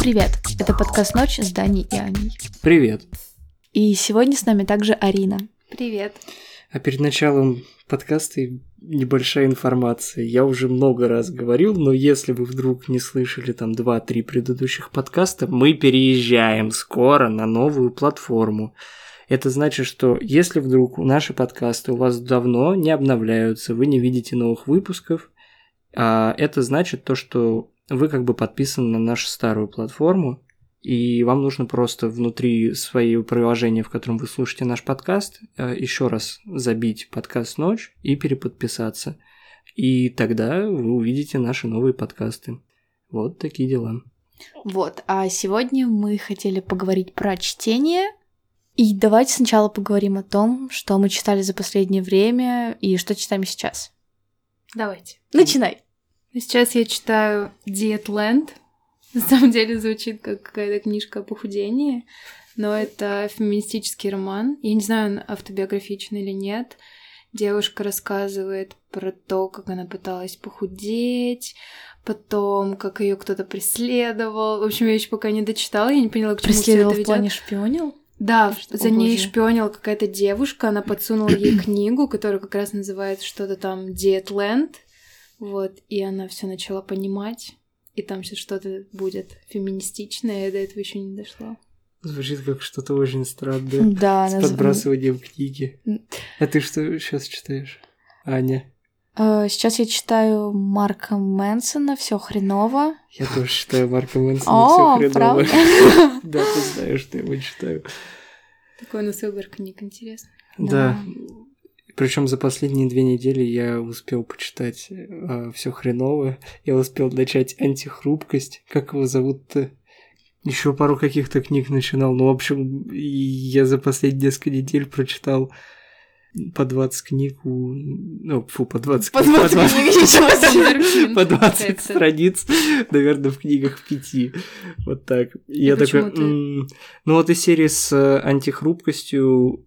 Привет, это подкаст «Ночь» с Даней и Аней. Привет. И сегодня с нами также Арина. Привет. А перед началом подкаста небольшая информация. Я уже много раз говорил, но если вы вдруг не слышали там 2-3 предыдущих подкаста, мы переезжаем скоро на новую платформу. Это значит, что если вдруг наши подкасты у вас давно не обновляются, вы не видите новых выпусков, это значит то, что вы как бы подписаны на нашу старую платформу, и вам нужно просто внутри своего приложения, в котором вы слушаете наш подкаст, еще раз забить подкаст «Ночь» и переподписаться. И тогда вы увидите наши новые подкасты. Вот такие дела. Вот, а сегодня мы хотели поговорить про чтение. И давайте сначала поговорим о том, что мы читали за последнее время и что читаем сейчас. Давайте. Начинай. Сейчас я читаю Dietland. На самом деле звучит как какая-то книжка о похудении, но это феминистический роман. Я не знаю, он автобиографичный или нет. Девушка рассказывает про то, как она пыталась похудеть, потом, как ее кто-то преследовал. В общем, я еще пока не дочитала, я не поняла, к чему все это Преследовал ведет. в плане шпионил? Да, за ней Боже. шпионила какая-то девушка, она подсунула ей книгу, которая как раз называется что-то там Dietland. Вот, и она все начала понимать. И там сейчас что-то будет феминистичное, я до этого еще не дошла. Звучит как что-то очень странное. Да, С подбрасыванием книги. А ты что сейчас читаешь, Аня? Сейчас я читаю Марка Мэнсона «Все хреново». Я тоже читаю Марка Мэнсона О, «Все хреново». правда? Да, ты знаешь, что я его читаю. Такой у нас выбор книг интересный. Да. Причем за последние 2 недели я успел почитать «Все хреново». Я успел начать «Антихрупкость». Как его зовут-то? Еще пару каких-то книг начинал. Ну, в общем, я за последние несколько недель прочитал по 20 книг по 20 По 20 книг, ничего себе. по 20 страниц, наверное, в книгах 5. Вот так. И я такой... Ну, вот из серии с «Антихрупкостью»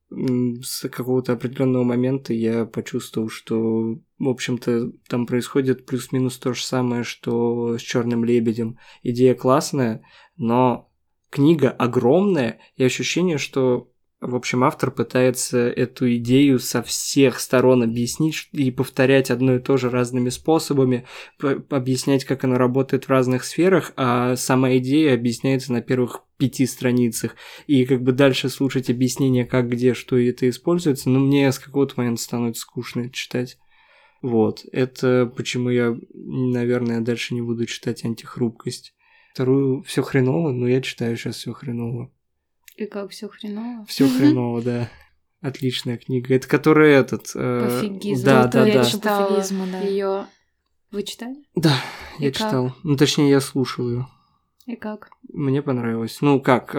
с какого-то определенного момента я почувствовал, что, в общем-то, там происходит плюс-минус то же самое, что с «Черным лебедем». Идея классная, но книга огромная, и ощущение, что, в общем, автор пытается эту идею со всех сторон объяснить и повторять одно и то же разными способами, объяснять, как оно работает в разных сферах, а сама идея объясняется на первых 5 страницах. И как бы дальше слушать объяснение, как, где, что это используется, но мне с какого-то момента становится скучно это читать. Вот. Это почему я, наверное, дальше не буду читать «Антихрупкость». Вторую «Все хреново», но я читаю сейчас «Все хреново». И как все хреново? Все хреново, да. Отличная книга. Это которая Пофигизм. Да. Я да. читала Пофигизма, да. ее. Вы читали? Да, И я как? читал. Ну, точнее, я слушал ее. И как? Мне понравилось. Ну, как...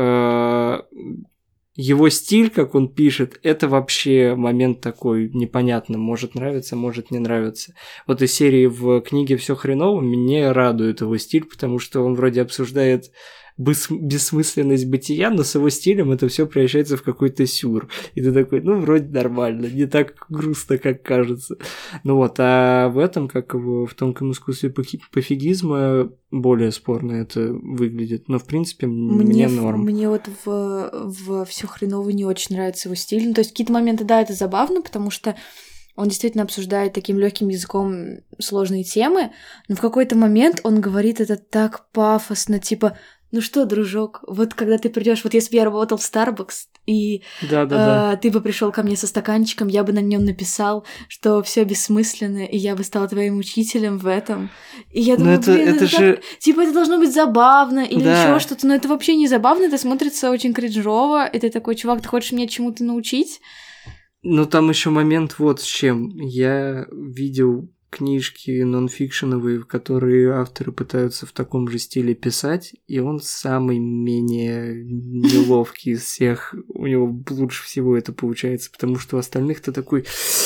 Его стиль, как он пишет, это вообще момент такой непонятный. Может нравиться, может не нравиться. Вот из серии в книге «Все хреново» мне радует его стиль, потому что он вроде обсуждает бессмысленность бытия, но с его стилем это все превращается в какой-то сюр. И ты такой, ну, вроде нормально, не так грустно, как кажется. Ну вот, а в этом, как его в тонком искусстве пофигизма, более спорно это выглядит. Но, в принципе, мне норм. Мне вот в «Все хреново» не очень нравится его стиль. Ну, то есть какие-то моменты, да, это забавно, потому что он действительно обсуждает таким легким языком сложные темы, но в какой-то момент он говорит это так пафосно, типа: ну что, дружок, вот когда ты придешь, вот если бы я работал в Starbucks, и ты бы пришел ко мне со стаканчиком, я бы на нем написал, что все бессмысленно, и я бы стала твоим учителем в этом. И я думаю, это же... Так, типа, это должно быть забавно или еще что-то, но это вообще не забавно, это смотрится очень кринжово, и ты такой: чувак, ты хочешь меня чему-то научить? Ну, там еще момент вот с чем. Я видел книжки нонфикшеновые, в которые авторы пытаются в таком же стиле писать, и он самый менее неловкий из всех. У него лучше всего это получается, потому что у остальных ты такой: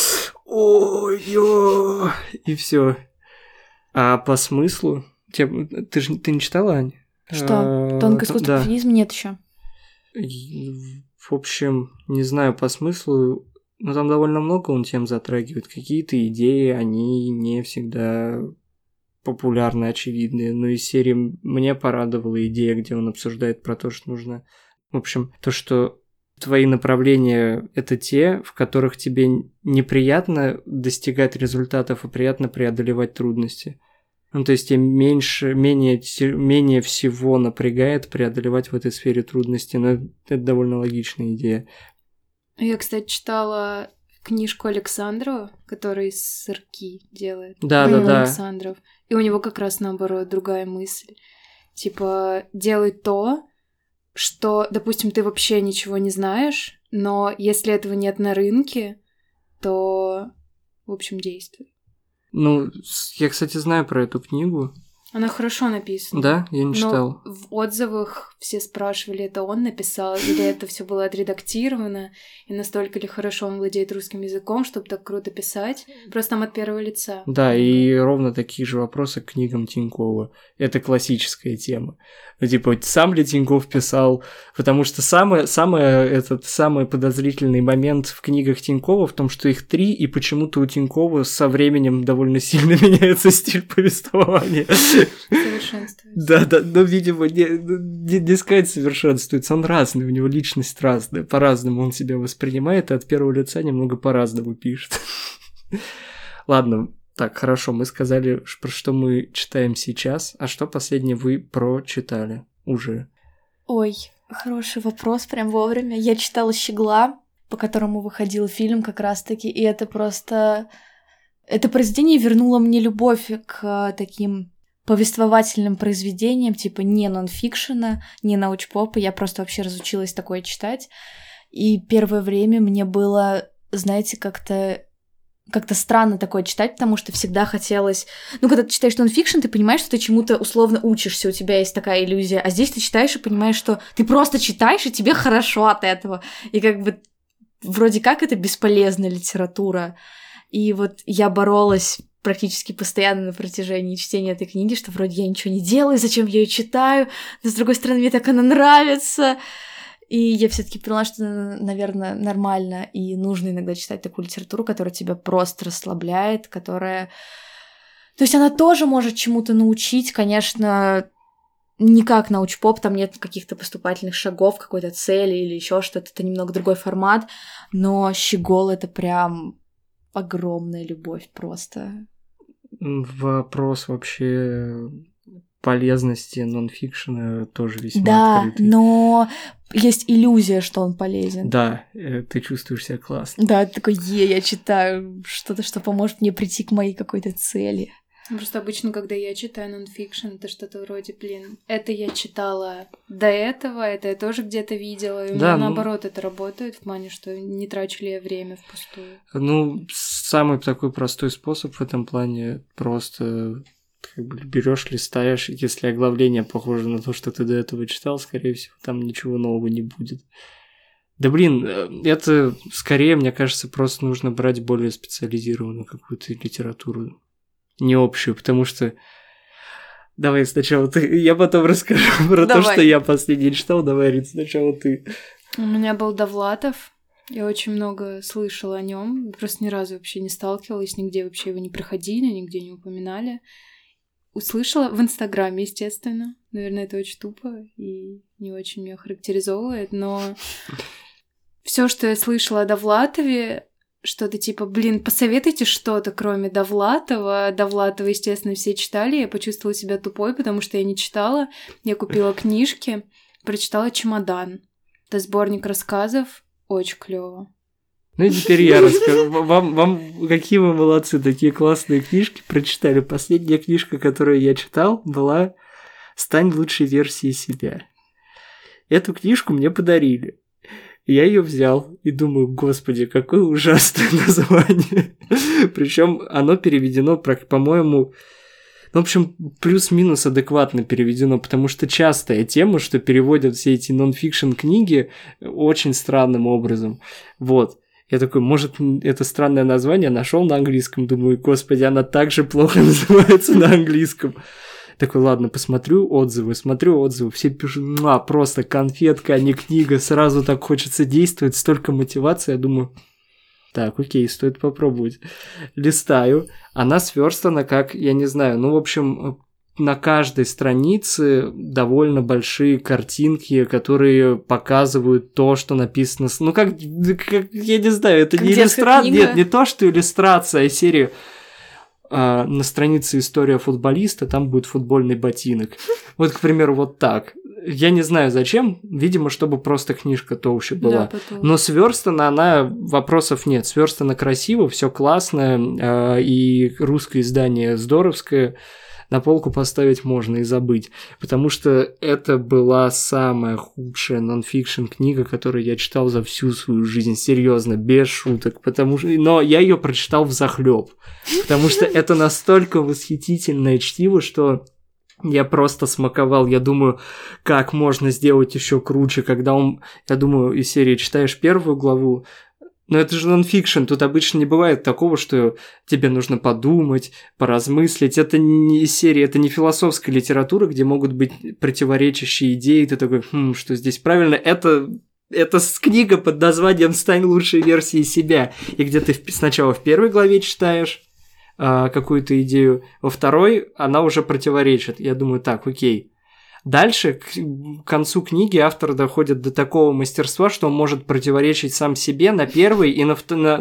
ой-ё, и все. А по смыслу... Ты не читала, Ань? Что? Тонкое искусство пофигизма нет еще. В общем, не знаю по смыслу. Но там довольно много он тем затрагивает. Какие-то идеи, они не всегда популярные, очевидные, но из серии мне порадовала идея, где он обсуждает про то, что нужно... В общем, то, что твои направления — это те, в которых тебе неприятно достигать результатов, а приятно преодолевать трудности. Ну, то есть тебе менее всего напрягает преодолевать в этой сфере трудности, но это довольно логичная идея. Я, кстати, читала книжку Александрова, который сырки делает. Да. Александров. И у него как раз наоборот другая мысль. Типа, делай то, что, допустим, ты вообще ничего не знаешь, но если этого нет на рынке, то, в общем, действуй. Ну, я, кстати, знаю про эту книгу. Она хорошо написана. Да? Я не читал. Но в отзывах все спрашивали, это он написал, или это все было отредактировано, и настолько ли хорошо он владеет русским языком, чтобы так круто писать. Просто там от первого лица. Да, и ровно такие же вопросы к книгам Тинькова. Это классическая тема. Ну, типа, сам ли Тиньков писал? Потому что самый подозрительный момент в книгах Тинькова в том, что их 3, и почему-то у Тинькова со временем довольно сильно меняется стиль повествования. Совершенствуется. Да, но, видимо, не сказать совершенствуется, он разный, у него личность разная, по-разному он себя воспринимает, и от первого лица немного по-разному пишет. Ладно, так, хорошо, мы сказали, про что мы читаем сейчас, а что последнее вы прочитали уже? Ой, хороший вопрос, прям вовремя. Я читала «Щегла», по которому выходил фильм как раз-таки, и это просто... Это произведение вернуло мне любовь к таким повествовательным произведениям, типа не нонфикшена, не научпопа. Я просто вообще разучилась такое читать. И первое время мне было, знаете, как-то странно такое читать, потому что всегда хотелось... Ну, когда ты читаешь нонфикшн, ты понимаешь, что ты чему-то условно учишься, у тебя есть такая иллюзия. А здесь ты читаешь и понимаешь, что ты просто читаешь, и тебе хорошо от этого. И как бы вроде как это бесполезная литература. И вот я боролась практически постоянно на протяжении чтения этой книги, что вроде я ничего не делаю, зачем я ее читаю, но с другой стороны, мне так она нравится. И я все-таки поняла, что, наверное, нормально и нужно иногда читать такую литературу, которая тебя просто расслабляет, которая... То есть она тоже может чему-то научить, конечно, не как научпоп, там нет каких-то поступательных шагов, какой-то цели или еще что-то, это немного другой формат, но «Щегол» — это прям огромная любовь просто. Вопрос вообще полезности нонфикшена тоже весьма открытый. Да, но есть иллюзия, что он полезен. Да, ты чувствуешь себя классно. Да, ты такой, я читаю что-то, что поможет мне прийти к моей какой-то цели. Просто обычно, когда я читаю нонфикшн, это что-то вроде, это я читала до этого, это я тоже где-то видела, и у меня наоборот это работает, в плане, что не трачу ли я время впустую. Ну, самый такой простой способ в этом плане просто как бы берешь, листаешь, если оглавление похоже на то, что ты до этого читал, скорее всего, там ничего нового не будет. Да блин, это скорее, мне кажется, просто нужно брать более специализированную какую-то литературу. Не общую, потому что... Давай сначала ты, я потом расскажу про то, что я последний читал. Давай, Рит, сначала ты. У меня был Довлатов, я очень много слышала о нем, просто ни разу вообще не сталкивалась, нигде вообще его не проходили, нигде не упоминали. Услышала в Инстаграме, естественно. Наверное, это очень тупо и не очень меня характеризовывает, но все, что я слышала о Довлатове, что-то типа, посоветуйте что-то, кроме Довлатова. Довлатова, естественно, все читали. Я почувствовала себя тупой, потому что я не читала. Я купила книжки, прочитала «Чемодан». Это сборник рассказов. Очень клево. Ну и теперь я расскажу. Вам какие вы молодцы, такие классные книжки прочитали. Последняя книжка, которую я читал, была «Стань лучшей версией себя». Эту книжку мне подарили. Я ее взял и думаю, господи, какое ужасное название. Причем оно переведено, по-моему, в общем, плюс-минус адекватно переведено, потому что частая тема, что переводят все эти нон-фикшн книги очень странным образом. Вот. Я такой, может, это странное название нашел на английском, думаю, господи, она так же плохо называется на английском. Такой, ладно, смотрю отзывы, все пишут, просто конфетка, а не книга, сразу так хочется действовать, столько мотивации, я думаю, Так, окей, стоит попробовать. Листаю. Она сверстана как, я не знаю, ну, в общем, на каждой странице довольно большие картинки, которые показывают то, что написано... Ну, как я не знаю, это не иллюстрация. Нет, не то, что иллюстрация, а серия... на странице «История футболиста» там будет футбольный ботинок. Вот, к примеру, вот так. Я не знаю зачем, видимо, чтобы просто книжка толще была. Да, но сверстана она, вопросов нет. Сверстана красиво, все классно, и русское издание здоровское. На полку поставить можно и забыть, потому что это была самая худшая нон-фикшн книга, которую я читал за всю свою жизнь, серьезно, без шуток, но я ее прочитал взахлеб, потому что это настолько восхитительное чтиво, что я просто смаковал. Я думаю, как можно сделать еще круче, когда я думаю, из серии читаешь первую главу. Но это же нон-фикшн, тут обычно не бывает такого, что тебе нужно подумать, поразмыслить. Это не из серии, это не философская литература, где могут быть противоречащие идеи, ты такой, что здесь правильно. Это книга под названием «Стань лучшей версией себя», и где ты сначала в первой главе читаешь какую-то идею, во второй она уже противоречит. Я думаю, так, окей. Дальше, к концу книги, автор доходит до такого мастерства, что он может противоречить сам себе на первой и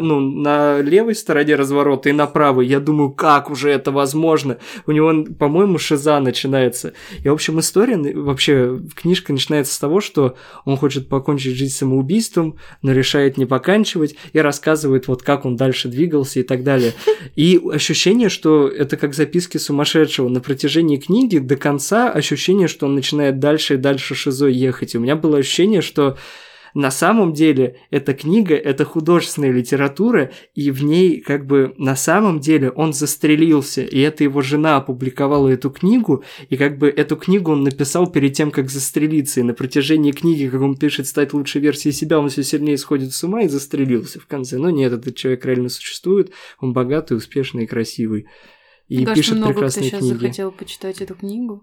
на левой стороне разворота и на правой. Я думаю, как уже это возможно? У него, по-моему, шиза начинается. И, в общем, история, вообще, книжка начинается с того, что он хочет покончить жизнь самоубийством, но решает не поканчивать и рассказывает, вот как он дальше двигался и так далее. И ощущение, что это как записки сумасшедшего. На протяжении книги до конца ощущение, что он начинает дальше и дальше шизой ехать. И у меня было ощущение, что на самом деле эта книга, это художественная литература, и в ней как бы на самом деле он застрелился, и это его жена опубликовала эту книгу, и как бы эту книгу он написал перед тем, как застрелиться, и на протяжении книги, как он пишет «Стать лучшей версией себя», он все сильнее сходит с ума и застрелился в конце. Но нет, этот человек реально существует, он богатый, успешный и красивый. И мне пишет кажется, прекрасные книги. Много кто сейчас захотел почитать эту книгу.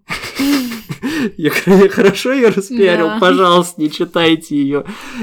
Я хорошо ее распиарил, да. Пожалуйста, не читайте ее.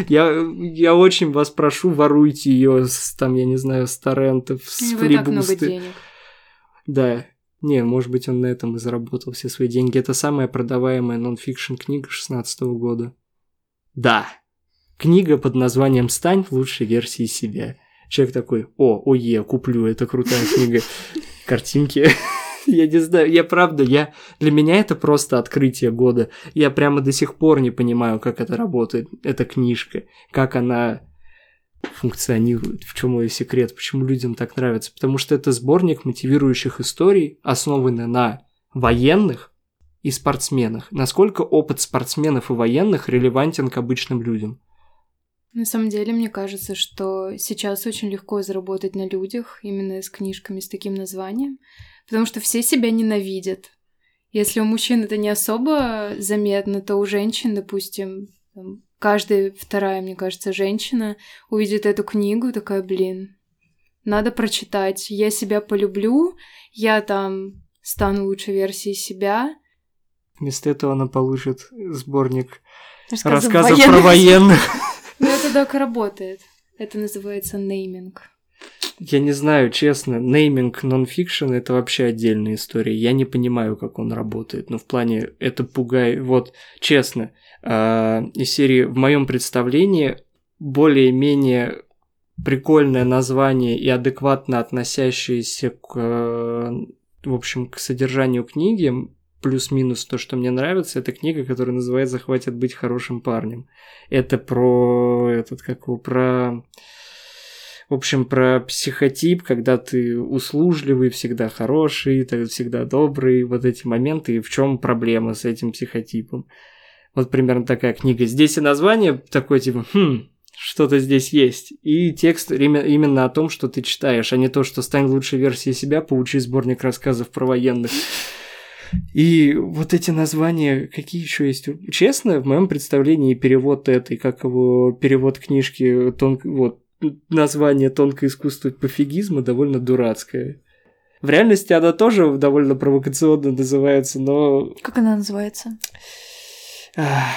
Я очень вас прошу, воруйте ее там, я не знаю, с торрентов, с флибусты. Вы так много денег. Да. Не, может быть, он на этом и заработал все свои деньги. Это самая продаваемая нон-фикшн книга 2016 года. Да. Книга под названием «Стань лучшей версией себя». Человек такой, куплю, это крутая книга. Картинки. Я не знаю, для меня это просто открытие года. Я прямо до сих пор не понимаю, как это работает, эта книжка, как она функционирует, в чем ее секрет, почему людям так нравится. Потому что это сборник мотивирующих историй, основанный на военных и спортсменах. Насколько опыт спортсменов и военных релевантен к обычным людям? На самом деле, мне кажется, что сейчас очень легко заработать на людях именно с книжками с таким названием, потому что все себя ненавидят. Если у мужчин это не особо заметно, то у женщин, допустим, каждая вторая, мне кажется, женщина увидит эту книгу, такая, блин, надо прочитать, я себя полюблю, я там стану лучшей версией себя. Вместо этого она получит сборник рассказов про военных. Ну, это так и работает. Это называется нейминг. Я не знаю, честно, нейминг нон-фикшн — это вообще отдельная история. Я не понимаю, как он работает. Но в плане это пугает. Вот, честно, из серии в моем представлении более-менее прикольное название и адекватно относящееся к содержанию книги, плюс-минус то, что мне нравится, это книга, которая называется «Хватит быть хорошим парнем». Это про психотип, когда ты услужливый, всегда хороший, всегда добрый, вот эти моменты, и в чем проблема с этим психотипом. Вот примерно такая книга. Здесь и название такое, типа, что-то здесь есть. И текст именно о том, что ты читаешь, а не то, что «Стань лучшей версией себя», «Получи сборник рассказов про военных». И вот эти названия, какие еще есть? Честно, в моем представлении перевод перевод книжки, название «Тонкое искусство пофигизма» довольно дурацкое. В реальности она тоже довольно провокационно называется, но... Как она называется?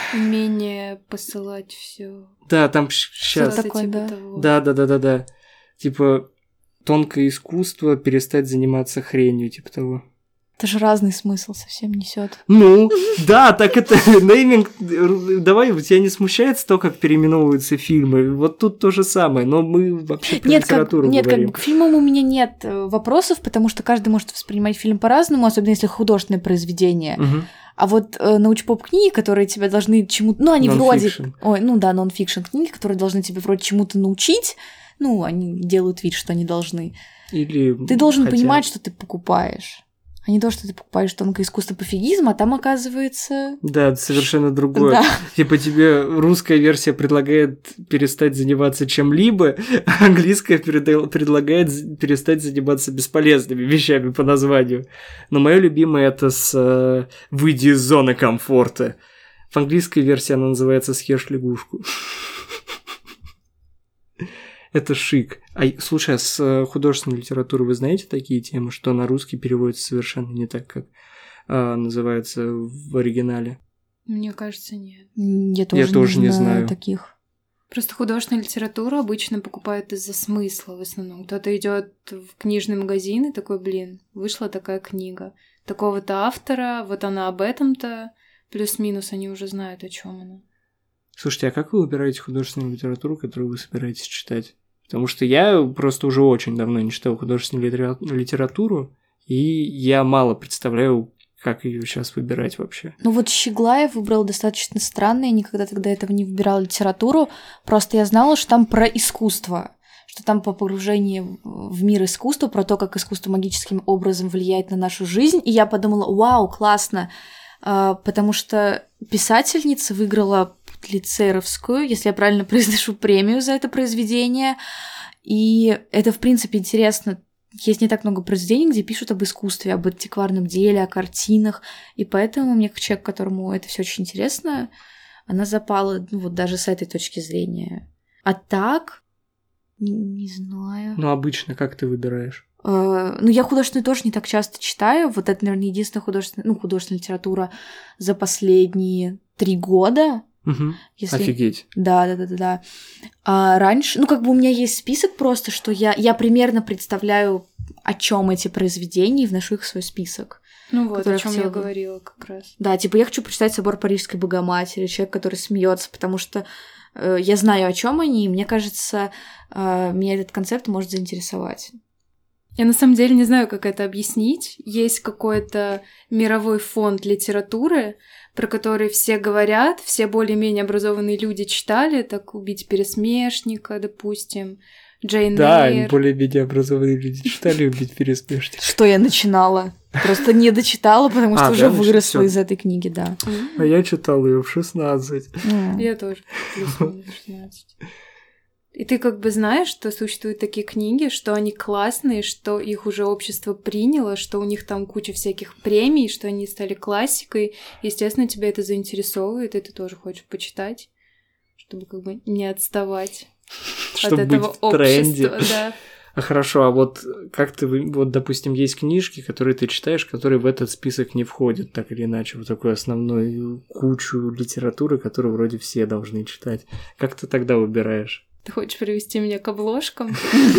Умение посылать все. Да, там сейчас... Такое, да. Да. типа тонкое искусство, перестать заниматься хренью, типа того. Это же разный смысл совсем несет. Ну, да, так это нейминг. Давай, тебя не смущает то, как переименовываются фильмы? Вот тут то же самое, но мы вообще про литературу говорим. Нет, как к фильмам у меня нет вопросов, потому что каждый может воспринимать фильм по-разному, особенно если художественное произведение. Угу. А вот научпоп-книги, которые тебя должны чему-то... Ну, они вроде... Ой, ну да, нон-фикшн книги, которые должны тебя вроде чему-то научить. Ну, они делают вид, что они должны. Или ты должен понимать, что ты покупаешь. А не то, что ты покупаешь тонкое искусство пофигизма, а там оказывается... Да, совершенно другое. Да. Типа тебе русская версия предлагает перестать заниматься чем-либо, а английская предлагает перестать заниматься бесполезными вещами по названию. Но моё любимое это с «Выйди из зоны комфорта». В английской версии она называется «Съешь лягушку». Это шик. Слушай, а с художественной литературой вы знаете такие темы, что на русский переводится совершенно не так, как называется в оригинале? Мне кажется, нет. Я тоже не знаю таких. Просто художественную литературу обычно покупают из-за смысла в основном. Кто-то идет в книжный магазин и такой, блин, вышла такая книга такого-то автора, вот она об этом-то, плюс-минус они уже знают, о чем она. Слушайте, а как вы выбираете художественную литературу, которую вы собираетесь читать? Потому что я просто уже очень давно не читал художественную литературу, и я мало представляю, как ее сейчас выбирать вообще. Ну вот Щеглаев выбрал достаточно странно, я никогда тогда этого не выбирала литературу, просто я знала, что там про искусство, что там по погружению в мир искусства, про то, как искусство магическим образом влияет на нашу жизнь, и я подумала, вау, классно, потому что писательница выиграла Пулитцеровскую, если я правильно произношу, премию за это произведение. И это, в принципе, интересно. Есть не так много произведений, где пишут об искусстве, об антикварном деле, о картинах. И поэтому мне, как человек, которому это все очень интересно, она запала, ну, вот даже с этой точки зрения. А так, не знаю. Ну, обычно как ты выбираешь? Ну, я художественную тоже не так часто читаю. Вот это, наверное, единственная художественная литература за последние 3 года. Угу. Офигеть. Да. А раньше, ну, как бы у меня есть список просто, что я примерно представляю, о чем эти произведения, и вношу их в свой список. Ну вот, о чем я говорила как раз. Да, типа я хочу прочитать «Собор Парижской Богоматери», «Человек, который смеется», потому что я знаю, о чем они, и мне кажется, меня этот концепт может заинтересовать. Я на самом деле не знаю, как это объяснить. Есть какой-то мировой фонд литературы, про который все говорят, все более-менее образованные люди читали, так «Убить пересмешника», допустим, Джейн Эйр. Да, более-менее образованные люди читали «Убить пересмешника». Что я начинала? Просто не дочитала, потому что уже выросла из этой книги, да. А я читала ее в 16. Я тоже плюс-минус 16. И ты как бы знаешь, что существуют такие книги, что они классные, что их уже общество приняло, что у них там куча всяких премий, что они стали классикой. Естественно, тебя это заинтересовывает, и ты тоже хочешь почитать, чтобы как бы не отставать чтобы от этого общества. Да. А хорошо, а вот как ты, вот, допустим, есть книжки, которые ты читаешь, которые в этот список не входят, так или иначе, в такую основную кучу литературы, которую вроде все должны читать. Как ты тогда выбираешь? Ты хочешь привести меня к обложкам?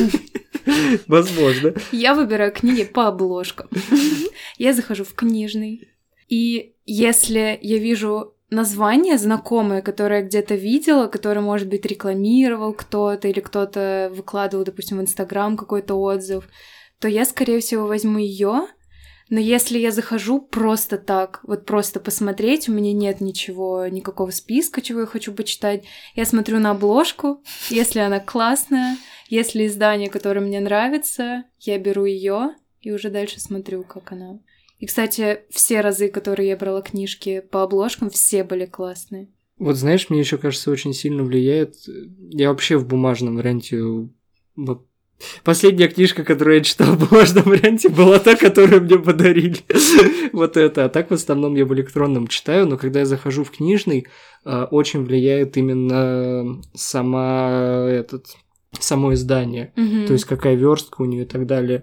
Возможно. Я выбираю книги по обложкам. Я захожу в книжный. И если я вижу название знакомое, которое я где-то видела, которое, может быть, рекламировал кто-то, или кто-то выкладывал, допустим, в Инстаграм какой-то отзыв, то я, скорее всего, возьму ее. Но если я захожу просто так, вот просто посмотреть, у меня нет никакого списка, чего я хочу почитать, я смотрю на обложку, если она классная, если издание, которое мне нравится, я беру ее и уже дальше смотрю, как она. И, кстати, все разы, которые я брала книжки по обложкам, все были классные. Вот знаешь, мне еще кажется, очень сильно влияет. Я вообще в бумажном варианте. Последняя книжка, которую я читал в бумажном варианте, была та, которую мне подарили. Вот это. А так в основном я в электронном читаю, но когда я захожу в книжный, очень влияет именно само издание. То есть какая верстка у нее и так далее.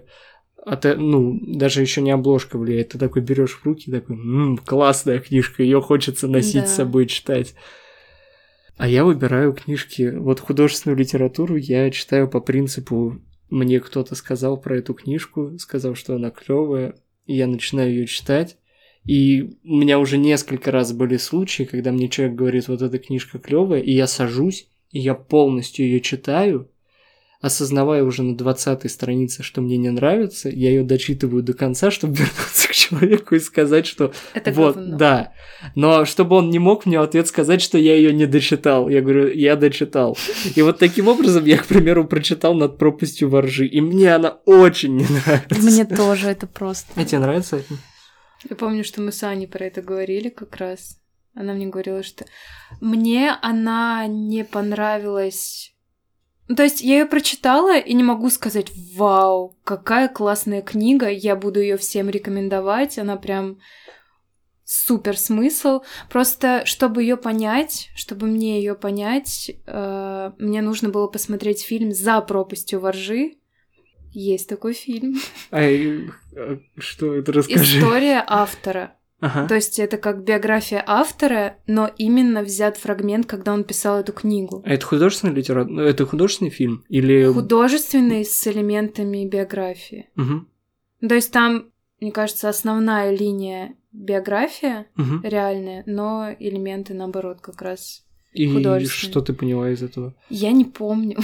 Даже еще не обложка влияет. Ты такой берешь в руки, такой, классная книжка, ее хочется носить с собой, читать. А я выбираю книжки, вот художественную литературу я читаю по принципу мне кто-то сказал про эту книжку, сказал, что она клевая, и я начинаю ее читать. И у меня уже несколько раз были случаи, когда мне человек говорит, вот эта книжка клевая, и я сажусь, и я полностью ее читаю, осознавая уже на 20-й странице, что мне не нравится, я ее дочитываю до конца, чтобы вернуться к человеку и сказать, что это вот, говно. да. Но чтобы он не мог мне в ответ сказать, что я ее не дочитал. Я говорю, я дочитал. И вот таким образом я, к примеру, прочитал «Над пропастью во ржи», и мне она очень не нравится. Мне тоже это просто. А тебе нравится это? Я помню, что мы с Аней про это говорили как раз. Она мне говорила, что мне она не понравилась. Ну, то есть я ее прочитала и не могу сказать, вау, какая классная книга, я буду ее всем рекомендовать, она прям супер смысл. Просто чтобы ее понять, чтобы мне ее понять, мне нужно было посмотреть фильм «За пропастью во ржи». Есть такой фильм. Что это, расскажи. История автора. Ага. То есть это как биография автора, но именно взят фрагмент, когда он писал эту книгу. А это художественная литература? Это художественный фильм? Или... Художественный с элементами биографии. Угу. То есть там, мне кажется, основная линия биография реальная, но элементы, наоборот, как раз художественные. И что ты поняла из этого? Я не помню.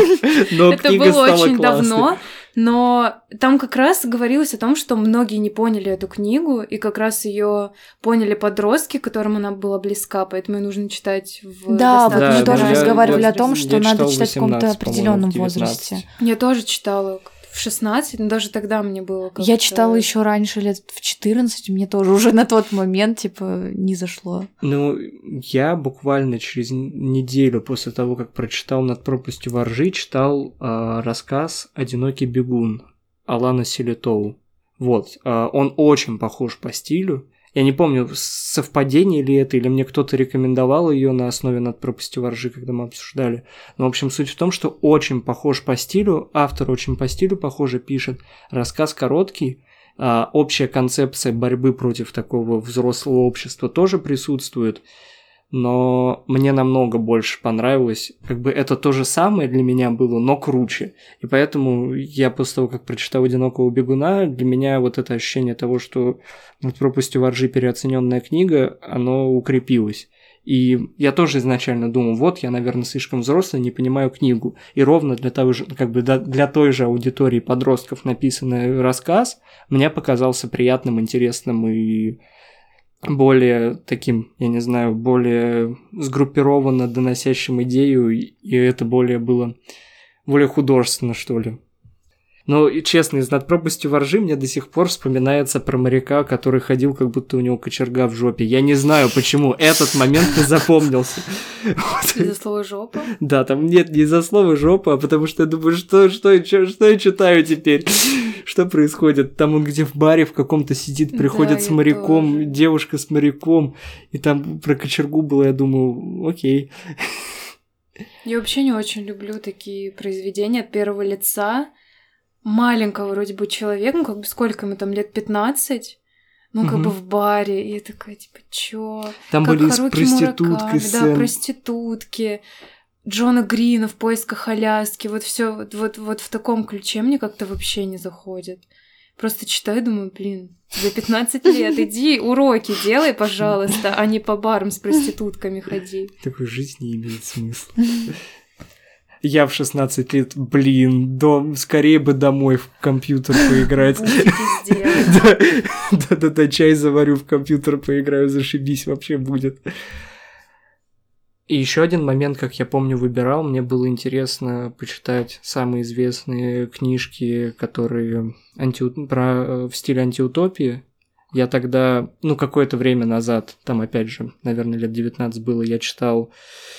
Но это было очень давно, но там как раз говорилось о том, что многие не поняли эту книгу, и как раз ее поняли подростки, которым она была близка, поэтому ее нужно читать в Да, вот мы тоже я разговаривали о том, что я надо читал читать в каком-то 18, определенном по-моему, в 19. возрасте. Я тоже читала в 16, но даже тогда мне было как-то... Я читала еще раньше, лет в 14, мне тоже уже на тот момент, типа, не зашло. Ну, я буквально через неделю после того, как прочитал «Над пропастью во ржи», читал рассказ «Одинокий бегун» Алана Селитоу. Вот, он очень похож по стилю. Я не помню, совпадение ли это, или мне кто-то рекомендовал ее на основе «Над пропастью во ржи», когда мы обсуждали. Но, в общем, суть в том, что очень похож по стилю, автор очень по стилю похоже пишет. Рассказ короткий, общая концепция борьбы против такого взрослого общества тоже присутствует, но мне намного больше понравилось. Как бы это то же самое для меня было, но круче. И поэтому я после того, как прочитал «Одинокого бегуна», для меня вот это ощущение того, что «Над пропастью во ржи» переоцененная книга, оно укрепилось. И я тоже изначально думал, вот, я, наверное, слишком взрослый, не понимаю книгу. И ровно для того же, как бы для той же аудитории подростков написанный рассказ мне показался приятным, интересным и более таким, я не знаю, более сгруппированно доносящим идею, и это более было более художественно, что ли. Но, честно, из «Над пропастью во ржи» мне до сих пор вспоминается про моряка, который ходил, как будто у него кочерга в жопе. Я не знаю, почему этот момент не запомнился. Из-за слова «жопа»? Да, там нет, не из-за слова «жопа», а потому что я думаю, что я читаю теперь? Что происходит? Там он где в баре в каком-то сидит, приходит с моряком, тоже. Девушка с моряком, и там про кочергу было, я думаю, окей. Я вообще не очень люблю такие произведения от первого лица. Маленького вроде бы человека, ну как бы сколько ему там, лет 15, ну как бы в баре, и я такая, типа, чё? Там как были с проституткой да, проститутки, Джона Грина в поисках Аляски, вот все вот в таком ключе мне как-то вообще не заходит. Просто читаю, думаю, блин, тебе 15 лет, иди уроки делай, пожалуйста, а не по барам с проститутками ходи. Такой жизнь не имеет смысла. Я в 16 лет, блин, скорее бы домой в компьютер поиграть. Да, чай заварю, в компьютер поиграю, зашибись, вообще будет. И еще один момент, как я помню, выбирал, мне было интересно почитать самые известные книжки, которые в стиле антиутопии. Я тогда, какое-то время назад, там опять же, наверное, лет 19 было, я читал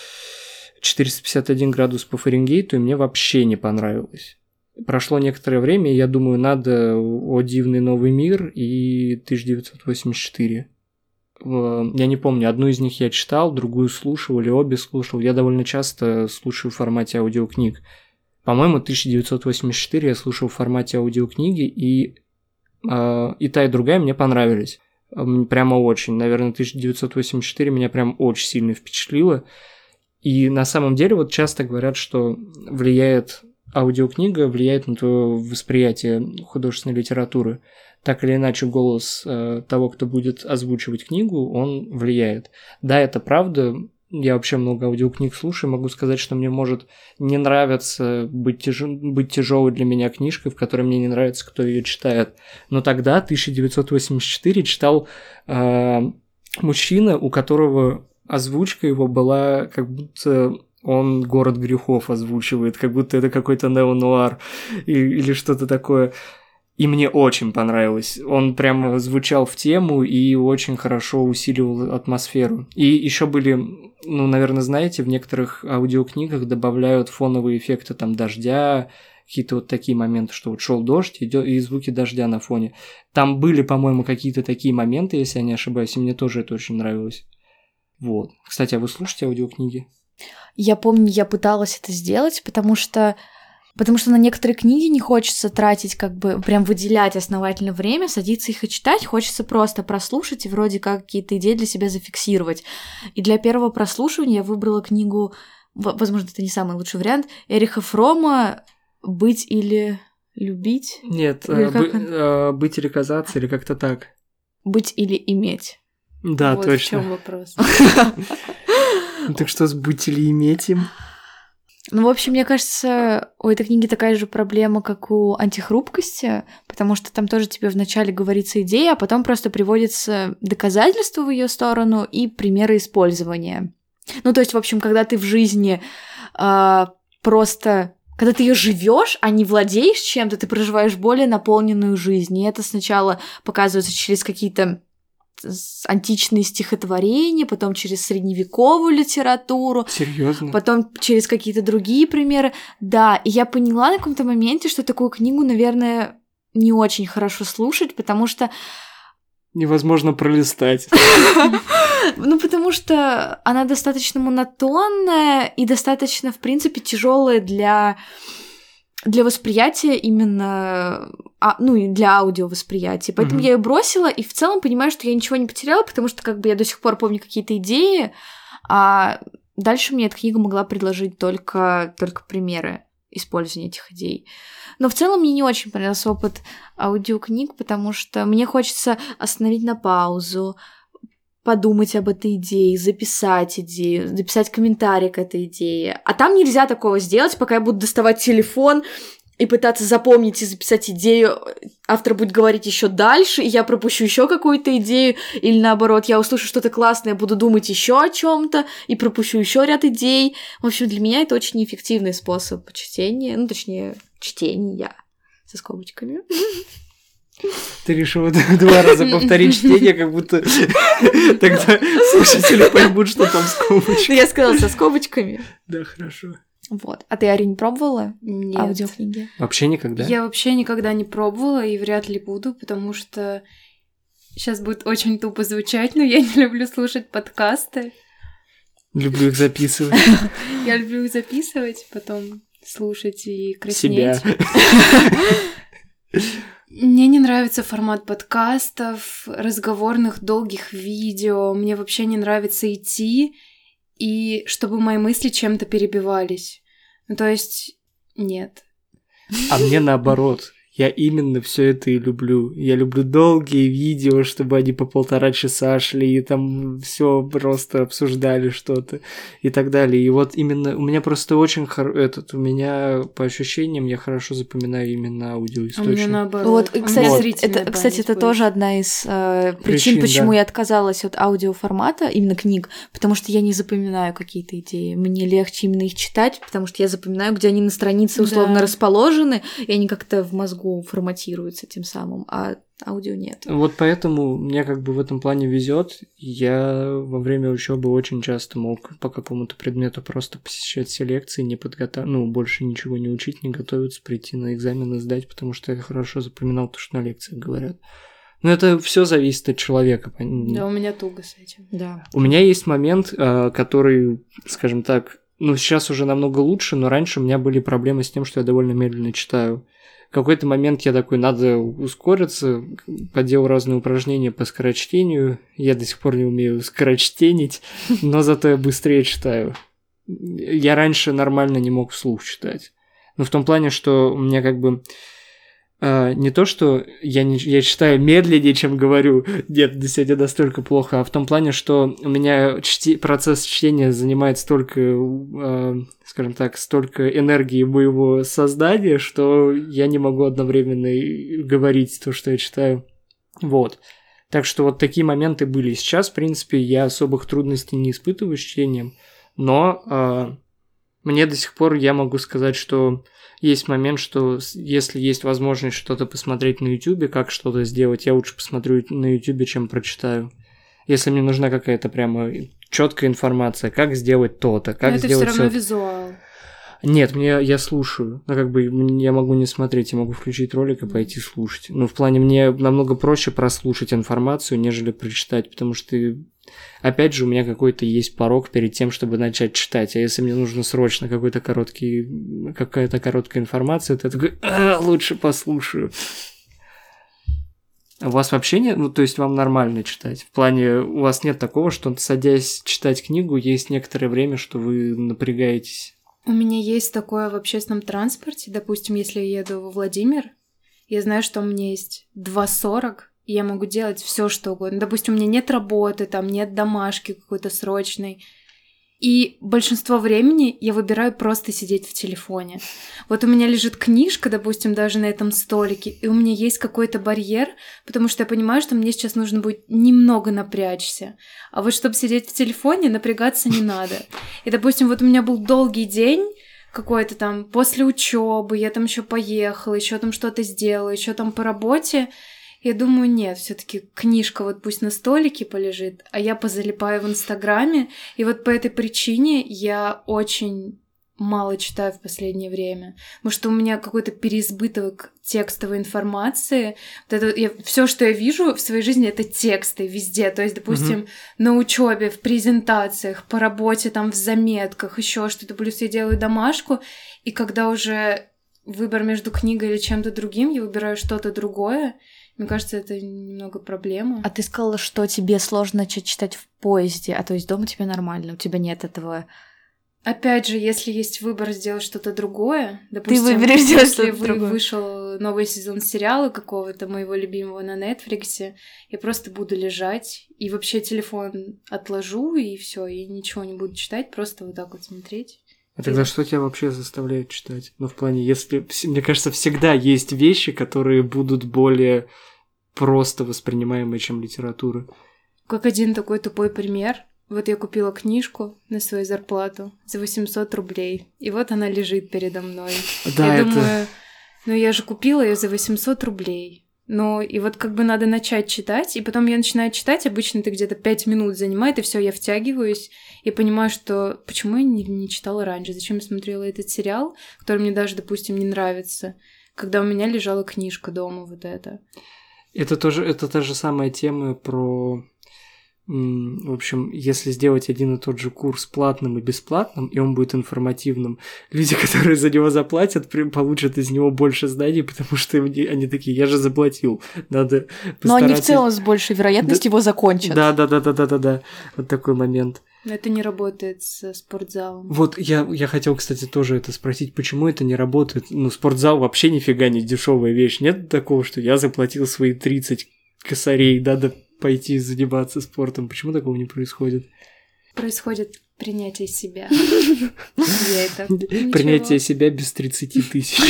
451 градус по Фаренгейту, и мне вообще не понравилось. Прошло некоторое время, и я думаю, надо «О дивный новый мир» и 1984. Я не помню, одну из них я читал, другую слушал или обе слушал. Я довольно часто слушаю в формате аудиокниг. По-моему, 1984 я слушал в формате аудиокниги, и та, и другая мне понравились. Прямо очень. Наверное, 1984 меня прям очень сильно впечатлило. И на самом деле вот часто говорят, что влияет аудиокнига влияет на твое восприятие художественной литературы. Так или иначе, голос того, кто будет озвучивать книгу, он влияет. Да, это правда. Я вообще много аудиокниг слушаю, могу сказать, что мне может не нравиться быть тяжелой для меня книжкой, в которой мне не нравится, кто ее читает. Но тогда, 1984, читал мужчина, у которого озвучка его была как будто он «Город грехов» озвучивает, как будто это какой-то неонуар или что-то такое. И мне очень понравилось. Он прямо звучал в тему и очень хорошо усиливал атмосферу. И еще были, ну, наверное, знаете, в некоторых аудиокнигах добавляют фоновые эффекты там дождя, какие-то вот такие моменты, что вот шел дождь и звуки дождя на фоне. Там были, по-моему, какие-то такие моменты, если я не ошибаюсь, и мне тоже это очень нравилось. Вот. Кстати, а вы слушаете аудиокниги? Я помню, я пыталась это сделать, потому что на некоторые книги не хочется тратить, как бы прям выделять основательное время, садиться их и читать, хочется просто прослушать и вроде как какие-то идеи для себя зафиксировать. И для первого прослушивания я выбрала книгу, возможно, это не самый лучший вариант, Эриха Фрома «Быть или любить». Нет, «Быть или казаться» или как-то так. «Быть или иметь». Да, вот точно. В чем вопрос? Так что с «быть или иметь» им? Ну, в общем, мне кажется, у этой книги такая же проблема, как у «Антихрупкости», потому что там тоже тебе вначале говорится идея, а потом просто приводится доказательства в ее сторону и примеры использования. Ну, то есть, в общем, когда ты в жизни просто... Когда ты ее живешь, а не владеешь чем-то, ты проживаешь более наполненную жизнь. И это сначала показывается через какие-то античные стихотворения, потом через средневековую литературу. Серьезно? Потом через какие-то другие примеры. Да, и я поняла на каком-то моменте, что такую книгу, наверное, не очень хорошо слушать, потому что... Невозможно пролистать. Ну, потому что она достаточно монотонная и достаточно, в принципе, тяжелая для восприятия именно, ну, и для аудиовосприятия. Поэтому я ее бросила, и в целом понимаю, что я ничего не потеряла, потому что как бы я до сих пор помню какие-то идеи, а дальше мне эта книга могла предложить только примеры использования этих идей. Но в целом мне не очень понравился опыт аудиокниг, потому что мне хочется остановить на паузу, подумать об этой идее, записать идею, записать комментарий к этой идее. А там нельзя такого сделать, пока я буду доставать телефон и пытаться запомнить и записать идею. Автор будет говорить еще дальше, и я пропущу еще какую-то идею, или наоборот, я услышу что-то классное, буду думать еще о чем-то и пропущу еще ряд идей. В общем, для меня это очень эффективный способ чтения, ну, точнее, чтения со скобочками. Ты решила 2 раза повторить чтение, как будто тогда слушатели поймут, что там скобочки. Ну, я сказала со скобочками. Да, хорошо. Вот. А ты, Ари, не пробовала Нет. аудиокниги? Вообще никогда? Я вообще никогда не пробовала и вряд ли буду, потому что сейчас будет очень тупо звучать, но я не люблю слушать подкасты. Люблю их записывать. Я люблю их записывать, потом слушать и краснеть. Себя. Мне не нравится формат подкастов, разговорных долгих видео. Мне вообще не нравится идти, и чтобы мои мысли чем-то перебивались. Ну, то есть, нет. А мне наоборот. Я именно все это и люблю. Я люблю долгие видео, чтобы они по 1,5 часа шли, и там все просто обсуждали что-то и так далее. И вот именно у меня просто очень у меня по ощущениям я хорошо запоминаю именно аудиоисточник. А мне наоборот. Вот, У меня кстати, зрительная это память тоже одна из причин, почему да. я отказалась от аудиоформата, именно книг, потому что я не запоминаю какие-то идеи. Мне легче именно их читать, потому что я запоминаю, где они на странице условно расположены, и они как-то в мозгу форматируются тем самым, а аудио нет. Вот поэтому мне как бы в этом плане везет. Я во время учебы очень часто мог по какому-то предмету просто посещать все лекции, не больше ничего не учить, не готовиться, прийти на экзамены, сдать, потому что я хорошо запоминал то, что на лекциях говорят. Но это все зависит от человека. Да, у меня туго с этим. Да. У меня есть момент, который, скажем так, сейчас уже намного лучше, но раньше у меня были проблемы с тем, что я довольно медленно читаю. В какой-то момент я такой, надо ускориться, поделал разные упражнения по скорочтению. Я до сих пор не умею скорочтенить, но зато я быстрее читаю. Я раньше нормально не мог вслух читать. Ну, в том плане, что у меня как бы не то, что я читаю медленнее, чем говорю, нет, сегодня настолько плохо, а в том плане, что у меня процесс чтения занимает столько, скажем так, столько энергии моего создания, что я не могу одновременно говорить то, что я читаю. Вот. Так что вот такие моменты были. Сейчас, в принципе, я особых трудностей не испытываю с чтением, но мне до сих пор я могу сказать, что есть момент, что если есть возможность что-то посмотреть на Ютубе, как что-то сделать, я лучше посмотрю на Ютубе, чем прочитаю. Если мне нужна какая-то прямо четкая информация, как сделать то-то, как но сделать это все равно всё. Визуал. Нет, я слушаю. Ну, как бы я могу не смотреть, я могу включить ролик и пойти слушать. Ну, в плане мне намного проще прослушать информацию, нежели прочитать, потому что, опять же, у меня какой-то есть порог перед тем, чтобы начать читать. А если мне нужно срочно какая-то короткая информация, то я такой, лучше послушаю. А у вас вообще нет? Ну, то есть вам нормально читать? В плане, у вас нет такого, что, садясь читать книгу, есть некоторое время, что вы напрягаетесь? У меня есть такое в общественном транспорте. Допустим, если я еду во Владимир, я знаю, что у меня есть 2:40, и я могу делать все, что угодно. Допустим, у меня нет работы, там нет домашки какой-то срочной. И большинство времени я выбираю просто сидеть в телефоне. Вот у меня лежит книжка, допустим, даже на этом столике, и у меня есть какой-то барьер, потому что я понимаю, что мне сейчас нужно будет немного напрячься. А вот чтобы сидеть в телефоне, напрягаться не надо. И, допустим, вот у меня был долгий день какой-то там после учебы, я там еще поехала, еще там что-то сделала, еще там по работе. Я думаю, нет, все-таки книжка вот пусть на столике полежит, а я позалипаю в Инстаграме, и вот по этой причине я очень мало читаю в последнее время, потому что у меня какой-то переизбыток текстовой информации. Вот это, все, что я вижу в своей жизни, это тексты везде. То есть, допустим, на учебе, в презентациях, по работе, там в заметках, еще что-то. Плюс я делаю домашку, и когда уже выбор между книгой или чем-то другим, я выбираю что-то другое. Мне кажется, это немного проблема. А ты сказала, что тебе сложно начать читать в поезде, а то есть дома тебе нормально, у тебя нет этого... Опять же, если есть выбор сделать что-то другое, допустим, ты выберешь сделать если что-то другое. Вышел новый сезон сериала какого-то моего любимого на Netflix, я просто буду лежать и вообще телефон отложу, и все, и ничего не буду читать, просто вот так вот смотреть. А тогда что тебя вообще заставляет читать? Ну, в плане, если... Мне кажется, всегда есть вещи, которые будут более просто воспринимаемые, чем литература. Как один такой тупой пример. Вот я купила книжку на свою зарплату за 800 рублей, и вот она лежит передо мной. Да, я это... думаю, ну я же купила ее за 800 рублей. Ну, и вот как бы надо начать читать, и потом я начинаю читать, обычно это где-то 5 минут занимает, и все, я втягиваюсь, и понимаю, что почему я не читала раньше, зачем я смотрела этот сериал, который мне даже, допустим, не нравится, когда у меня лежала книжка дома вот эта. Это та же самая тема про... В общем, если сделать один и тот же курс платным и бесплатным, и он будет информативным, люди, которые за него заплатят, получат из него больше знаний, потому что они такие, я же заплатил, надо постараться... Но они в целом с большей вероятностью его закончат. Да. Вот такой момент. Но это не работает с спортзалом. Вот я хотел, кстати, тоже это спросить, почему это не работает? Ну, спортзал вообще нифига не дешевая вещь. Нет такого, что я заплатил свои 30 косарей, надо пойти заниматься спортом. Почему такого не происходит? Происходит принятие себя. Принятие себя без 30 тысяч.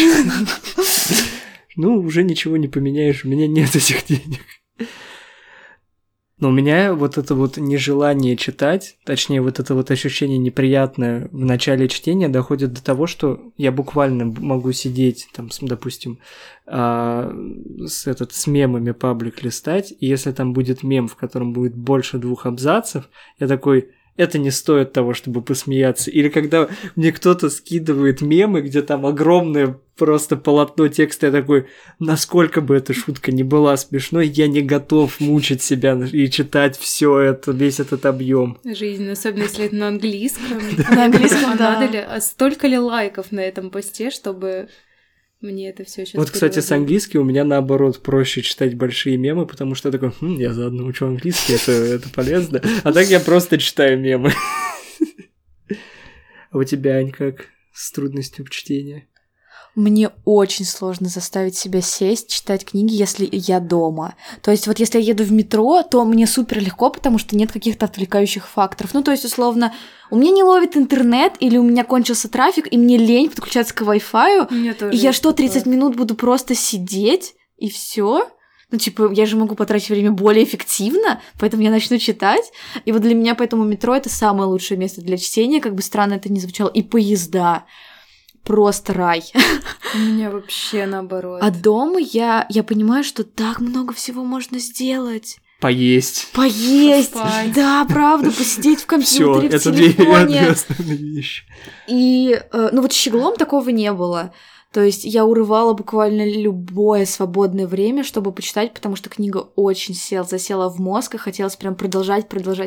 Ну, уже ничего не поменяешь, у меня нет этих денег. Но у меня вот это вот нежелание читать, точнее, вот это вот ощущение неприятное в начале чтения доходит до того, что я буквально могу сидеть, там, допустим, с мемами паблик листать, и если там будет мем, в котором будет больше 2 абзацев, я такой... Это не стоит того, чтобы посмеяться. Или когда мне кто-то скидывает мемы, где там огромное просто полотно текста, я такой, насколько бы эта шутка не была смешной, я не готов мучить себя и читать все это, весь этот объем. Жизнь, особенно если это на английском. На английском, да. Надо ли, а столько ли лайков на этом посте, чтобы... Мне это все сейчас. Вот, кстати, с английским у меня наоборот проще читать большие мемы, потому что я такой, я заодно учу английский, это полезно. А так я просто читаю мемы. А у тебя, Ань, как с трудностью в чтении? Мне очень сложно заставить себя сесть, читать книги, если я дома. То есть вот если я еду в метро, то мне супер легко, потому что нет каких-то отвлекающих факторов. Ну, то есть, условно, у меня не ловит интернет, или у меня кончился трафик, и мне лень подключаться к Wi-Fi, и я что, 30 минут буду просто сидеть, и все. Ну, типа, я же могу потратить время более эффективно, поэтому я начну читать. И вот для меня поэтому метро — это самое лучшее место для чтения, как бы странно это ни звучало. И поезда. Просто рай. У меня вообще наоборот. А дома я понимаю, что так много всего можно сделать. Поесть. Поспать. Да, правда, посидеть в компьютере, Всё, в телефоне. это две вещи. И, ну вот с «Щеглом» такого не было. То есть я урывала буквально любое свободное время, чтобы почитать, потому что книга очень засела в мозг, и хотелось прям продолжать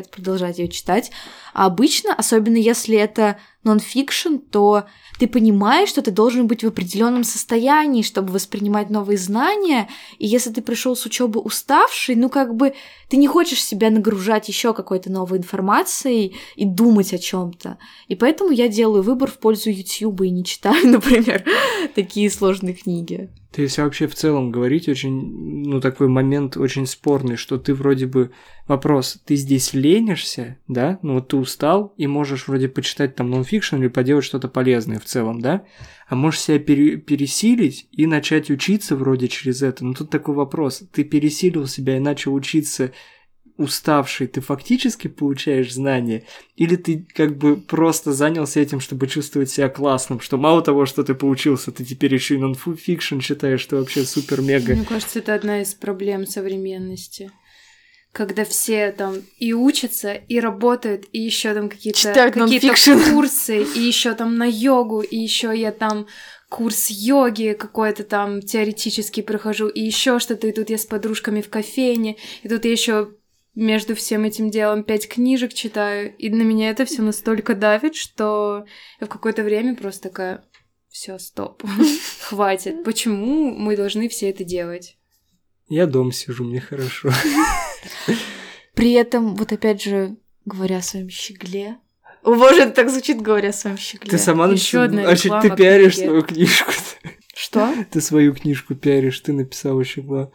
ее читать. А обычно, особенно если это нон-фикшн, то ты понимаешь, что ты должен быть в определенном состоянии, чтобы воспринимать новые знания, и если ты пришел с учебы уставший, ну как бы ты не хочешь себя нагружать еще какой-то новой информацией и думать о чем-то. И поэтому я делаю выбор в пользу Ютьюба и не читаю, например, такие сложные книги. То есть вообще в целом говорить очень, ну, такой момент очень спорный, что ты вроде бы... Вопрос, ты здесь ленишься, да? Ну, вот ты устал и можешь вроде почитать там нонфикшн или поделать что-то полезное в целом, да? А можешь себя пересилить и начать учиться вроде через это. Но тут такой вопрос, ты пересилил себя и начал учиться уставший, ты фактически получаешь знания, или ты как бы просто занялся этим, чтобы чувствовать себя классным, что мало того, что ты поучился, ты теперь еще и нон-фикшн считаешь, что вообще супер-мега. Мне кажется, это одна из проблем современности. Когда все там и учатся, и работают, и еще там какие-то курсы, и еще там на йогу, и еще я там курс йоги какой-то там теоретически прохожу, и еще что-то, и тут я с подружками в кофейне, и тут я еще между всем этим делом 5 книжек читаю, и на меня это все настолько давит, что я в какое-то время просто такая: все, стоп, хватит. Почему мы должны все это делать? Я дома сижу, мне хорошо. При этом, вот опять же, говоря о своем щегле. О боже, это так звучит, говоря о своем щегле. Ты сама Еще одна реклама. Ты пиаришь свою книжку. Что? Ты свою книжку пиаришь, ты написала щегла.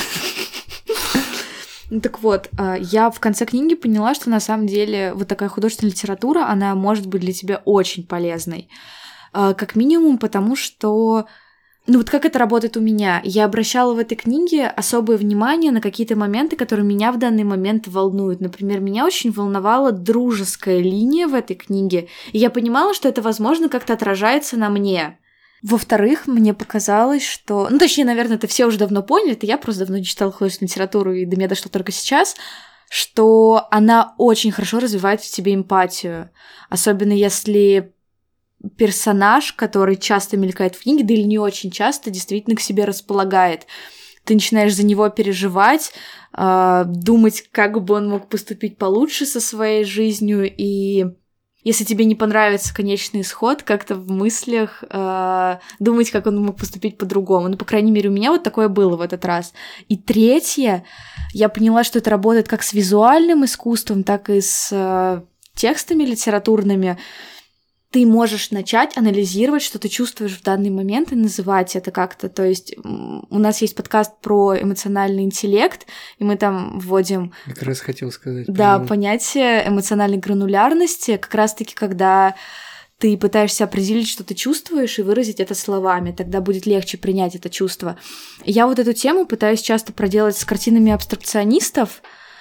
Ну так вот, я в конце книги поняла, что на самом деле вот такая художественная литература, она может быть для тебя очень полезной. Как минимум потому, что... Ну вот как это работает у меня? Я обращала в этой книге особое внимание на какие-то моменты, которые меня в данный момент волнуют. Например, меня очень волновала дружеская линия в этой книге, и я понимала, что это, возможно, как-то отражается на мне. Во-вторых, мне показалось, что... Ну, точнее, наверное, это все уже давно поняли, это я просто давно не читала художественную литературу, и до меня дошло только сейчас, что она очень хорошо развивает в тебе эмпатию. Особенно если персонаж, который часто мелькает в книге, да или не очень часто, действительно к себе располагает. Ты начинаешь за него переживать, думать, как бы он мог поступить получше со своей жизнью, и... Если тебе не понравится конечный исход, как-то в мыслях думать, как он мог поступить по-другому. Ну, по крайней мере, у меня вот такое было в этот раз. И третье, я поняла, что это работает как с визуальным искусством, так и с текстами литературными. Ты можешь начать анализировать, что ты чувствуешь в данный момент, и называть это как-то. То есть у нас есть подкаст про эмоциональный интеллект, и мы там вводим... Как раз хотел сказать. Да, понятие эмоциональной гранулярности, как раз-таки, когда ты пытаешься определить, что ты чувствуешь, и выразить это словами, тогда будет легче принять это чувство. Я вот эту тему пытаюсь часто проделать с картинами абстракционистов,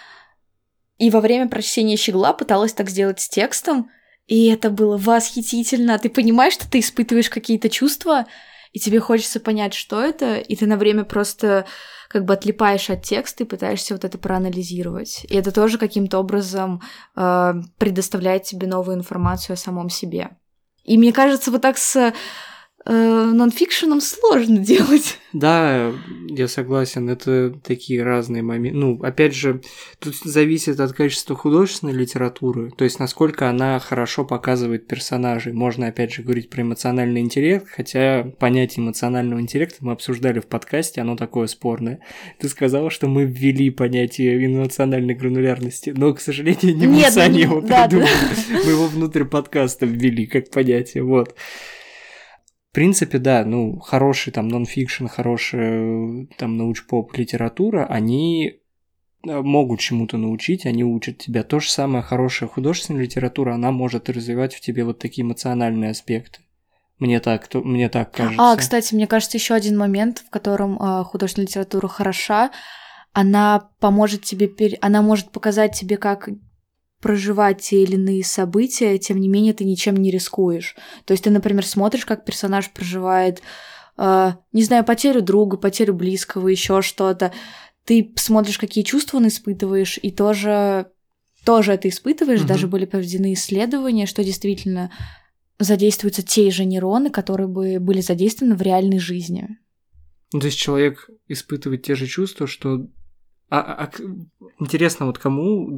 и во время прочтения «Щегла» пыталась так сделать с текстом, и это было восхитительно. Ты понимаешь, что ты испытываешь какие-то чувства, и тебе хочется понять, что это, и ты на время просто как бы отлипаешь от текста и пытаешься вот это проанализировать. И это тоже каким-то образом предоставляет тебе новую информацию о самом себе. И мне кажется, вот так с нонфикшеном сложно делать. Да, я согласен, это такие разные моменты. Ну, опять же, тут зависит от качества художественной литературы, то есть насколько она хорошо показывает персонажей. Можно, опять же, говорить про эмоциональный интеллект, хотя понятие эмоционального интеллекта мы обсуждали в подкасте, оно такое спорное. Ты сказала, что мы ввели понятие эмоциональной гранулярности, но, к сожалению, не мы сами его придумали. Мы его внутрь подкаста ввели как понятие, вот. принципе, да, ну, хороший там нон-фикшн, хорошая там науч-поп литература, они могут чему-то научить, они учат тебя. То же самое хорошая художественная литература, она может развивать в тебе вот такие эмоциональные аспекты. Мне так кажется. Кстати, мне кажется, еще один момент, в котором художественная литература хороша, она поможет тебе, она может показать тебе, как проживать те или иные события, тем не менее ты ничем не рискуешь. То есть ты, например, смотришь, как персонаж проживает, не знаю, потерю друга, потерю близкого, еще что-то. Ты смотришь, какие чувства он испытываешь, и тоже это испытываешь. Даже были проведены исследования, что действительно задействуются те же нейроны, которые бы были задействованы в реальной жизни. Ну, то есть человек испытывает те же чувства, что... Интересно, вот кому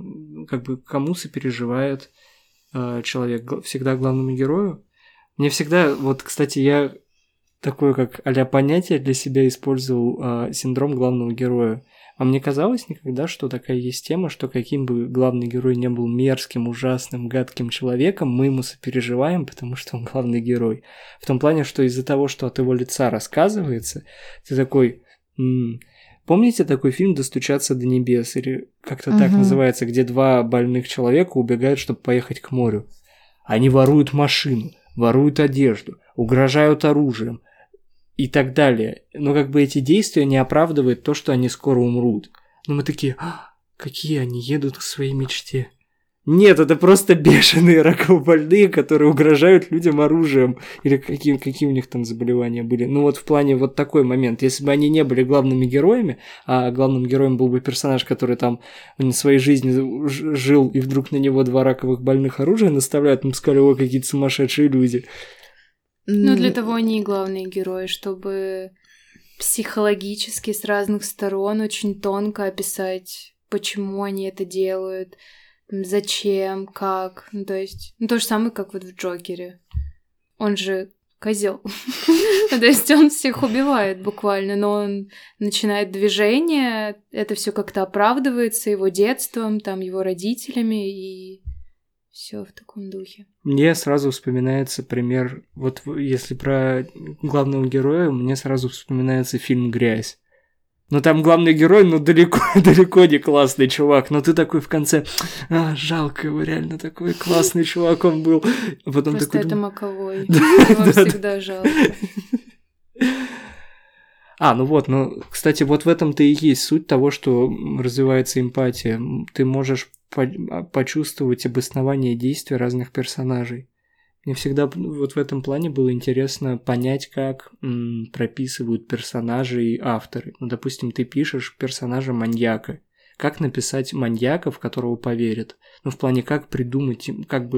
сопереживает человек? Всегда главному герою? Мне всегда... Вот, кстати, я такое, как а-ля понятие для себя использовал синдром главного героя. А мне казалось никогда, что такая есть тема, что каким бы главный герой не был мерзким, ужасным, гадким человеком, мы ему сопереживаем, потому что он главный герой. В том плане, что из-за того, что от его лица рассказывается, ты такой... Помните такой фильм «Достучаться до небес» или как-то так называется, где два больных человека убегают, чтобы поехать к морю? Они воруют машину, воруют одежду, угрожают оружием и так далее. Но как бы эти действия не оправдывают то, что они скоро умрут. Но мы такие, какие они едут к своей мечте. Нет, это просто бешеные раковобольные, которые угрожают людям оружием. Или какие у них там заболевания были. Ну вот в плане вот такой момент. Если бы они не были главными героями, а главным героем был бы персонаж, который там в своей жизни жил, и вдруг на него два раковых больных оружия наставляют, мы бы сказали, ой, какие-то сумасшедшие люди. Ну, для того они и главные герои, чтобы психологически с разных сторон очень тонко описать, почему они это делают, зачем, как. Ну, то есть, то же самое, как вот в Джокере. Он же козел. То есть он всех убивает буквально, но он начинает движение, это все как-то оправдывается его детством, там, его родителями и... Все в таком духе. Мне сразу вспоминается пример, вот если про главного героя, мне сразу вспоминается фильм «Грязь». Но там главный герой, далеко не классный чувак, но ты такой в конце, жалко его, реально такой классный чувак он был. А потом просто такой, это Маковой, его всегда жалко. Кстати, вот в этом-то и есть суть того, что развивается эмпатия. Ты можешь почувствовать обоснование действий разных персонажей. Мне всегда вот в этом плане было интересно понять, как прописывают персонажей авторы. Ну, допустим, ты пишешь персонажа маньяка. Как написать маньяка, в которого поверят? Ну, в плане, как придумать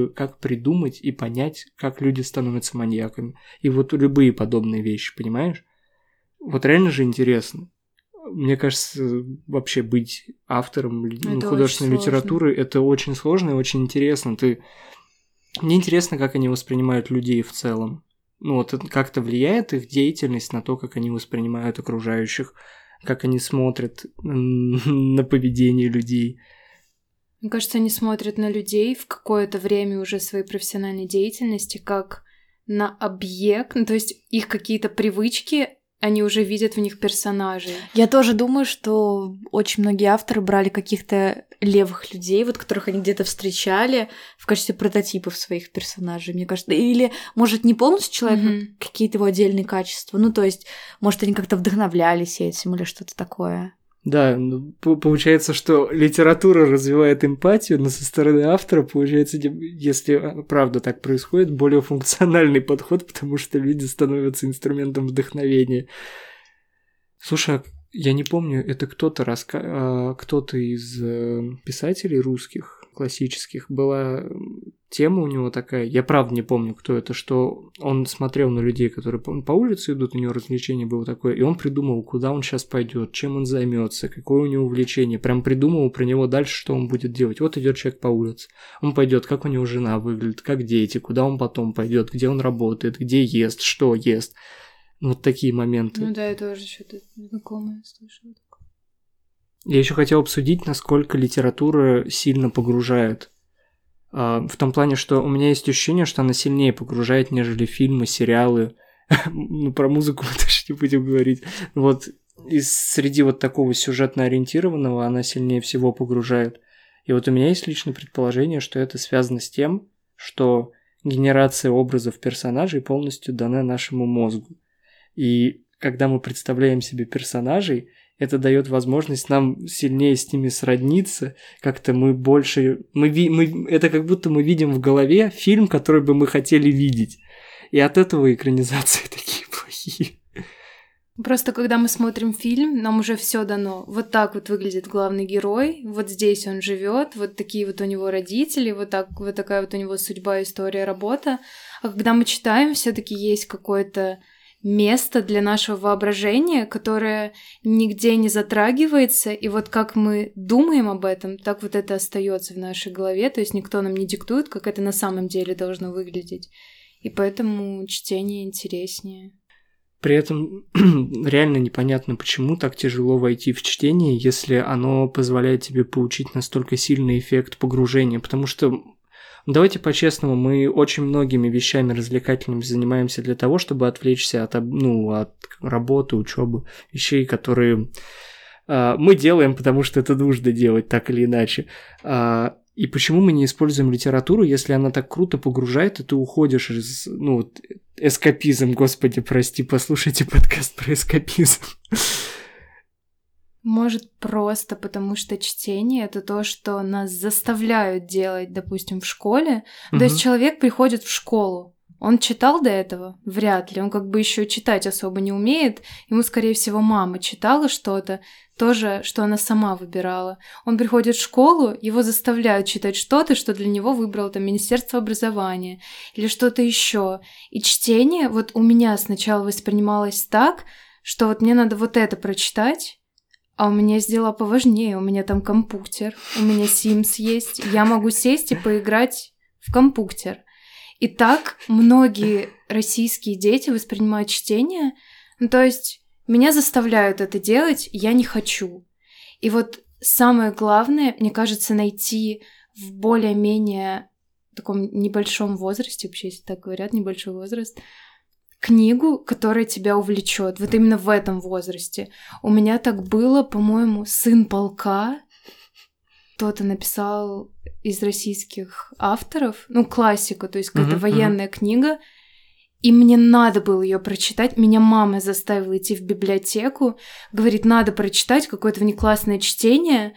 и понять, как люди становятся маньяками. И вот любые подобные вещи, понимаешь? Вот реально же интересно. Мне кажется, вообще быть автором художественной литературы это очень сложно и очень интересно. Мне интересно, как они воспринимают людей в целом. Ну вот как-то влияет их деятельность на то, как они воспринимают окружающих, как они смотрят на поведение людей. Мне кажется, они смотрят на людей в какое-то время уже своей профессиональной деятельности как на объект, ну, то есть их какие-то привычки, они уже видят в них персонажей. Я тоже думаю, что очень многие авторы брали каких-то левых людей, вот которых они где-то встречали в качестве прототипов своих персонажей, мне кажется. Или, может, не полностью человек, но какие-то его отдельные качества. Ну, то есть, может, они как-то вдохновлялись этим или что-то такое. Да, получается, что литература развивает эмпатию, но со стороны автора, получается, если правда так происходит, более функциональный подход, потому что люди становятся инструментом вдохновения. Слушай, я не помню, это кто-то из писателей русских, классических, была тема у него такая, я правда не помню, кто это, что он смотрел на людей, которые по улице идут, у него развлечение было такое, и он придумал, куда он сейчас пойдет, чем он займется, какое у него увлечение, прям придумал про него дальше, что он будет делать. Вот идет человек по улице, он пойдет, как у него жена выглядит, как дети, куда он потом пойдет, где он работает, где ест, что ест. Вот такие моменты. Ну да, я тоже что-то знакомое слышала. Я еще хотел обсудить, насколько литература сильно погружает. В том плане, что у меня есть ощущение, что она сильнее погружает, нежели фильмы, сериалы Ну, про музыку мы тоже не будем говорить. Вот среди вот такого сюжетно-ориентированного она сильнее всего погружает. И вот у меня есть личное предположение, что это связано с тем, что генерация образов персонажей полностью дана нашему мозгу. И когда мы представляем себе персонажей, это дает возможность нам сильнее с ними сродниться, как-то мы больше... это как будто мы видим в голове фильм, который бы мы хотели видеть. И от этого экранизации такие плохие. Просто когда мы смотрим фильм, нам уже все дано. Вот так вот выглядит главный герой, вот здесь он живет, вот такие вот у него родители, вот такая вот у него судьба, история, работа. А когда мы читаем, все-таки есть какое-то место для нашего воображения, которое нигде не затрагивается, и вот как мы думаем об этом, так вот это остается в нашей голове, то есть никто нам не диктует, как это на самом деле должно выглядеть. И поэтому чтение интереснее. При этом реально непонятно, почему так тяжело войти в чтение, если оно позволяет тебе получить настолько сильный эффект погружения, потому что давайте по-честному, мы очень многими вещами развлекательными занимаемся для того, чтобы отвлечься от работы, учебы, вещей, которые мы делаем, потому что это нужно делать так или иначе. И почему мы не используем литературу, если она так круто погружает, и ты уходишь из... эскапизм, господи, прости, послушайте подкаст про эскапизм. Может, просто потому что чтение — это то, что нас заставляют делать, допустим, в школе. То есть человек приходит в школу, он читал до этого? Вряд ли. Он как бы еще читать особо не умеет. Ему, скорее всего, мама читала что-то, тоже, что она сама выбирала. Он приходит в школу, его заставляют читать что-то, что для него выбрало там Министерство образования или что-то еще. И чтение вот у меня сначала воспринималось так, что вот мне надо вот это прочитать, а у меня есть дела поважнее, у меня там компьютер, у меня Sims есть, я могу сесть и поиграть в компьютер. И так многие российские дети воспринимают чтение, то есть меня заставляют это делать, я не хочу. И вот самое главное, мне кажется, найти в более-менее таком небольшом возрасте, вообще, если так говорят, небольшой возраст, книгу, которая тебя увлечет. Вот именно в этом возрасте. У меня так было, по-моему, «Сын полка». Кто-то написал из российских авторов, классика, то есть какая-то военная книга, и мне надо было ее прочитать. Меня мама заставила идти в библиотеку, говорит, надо прочитать какое-то внеклассное чтение,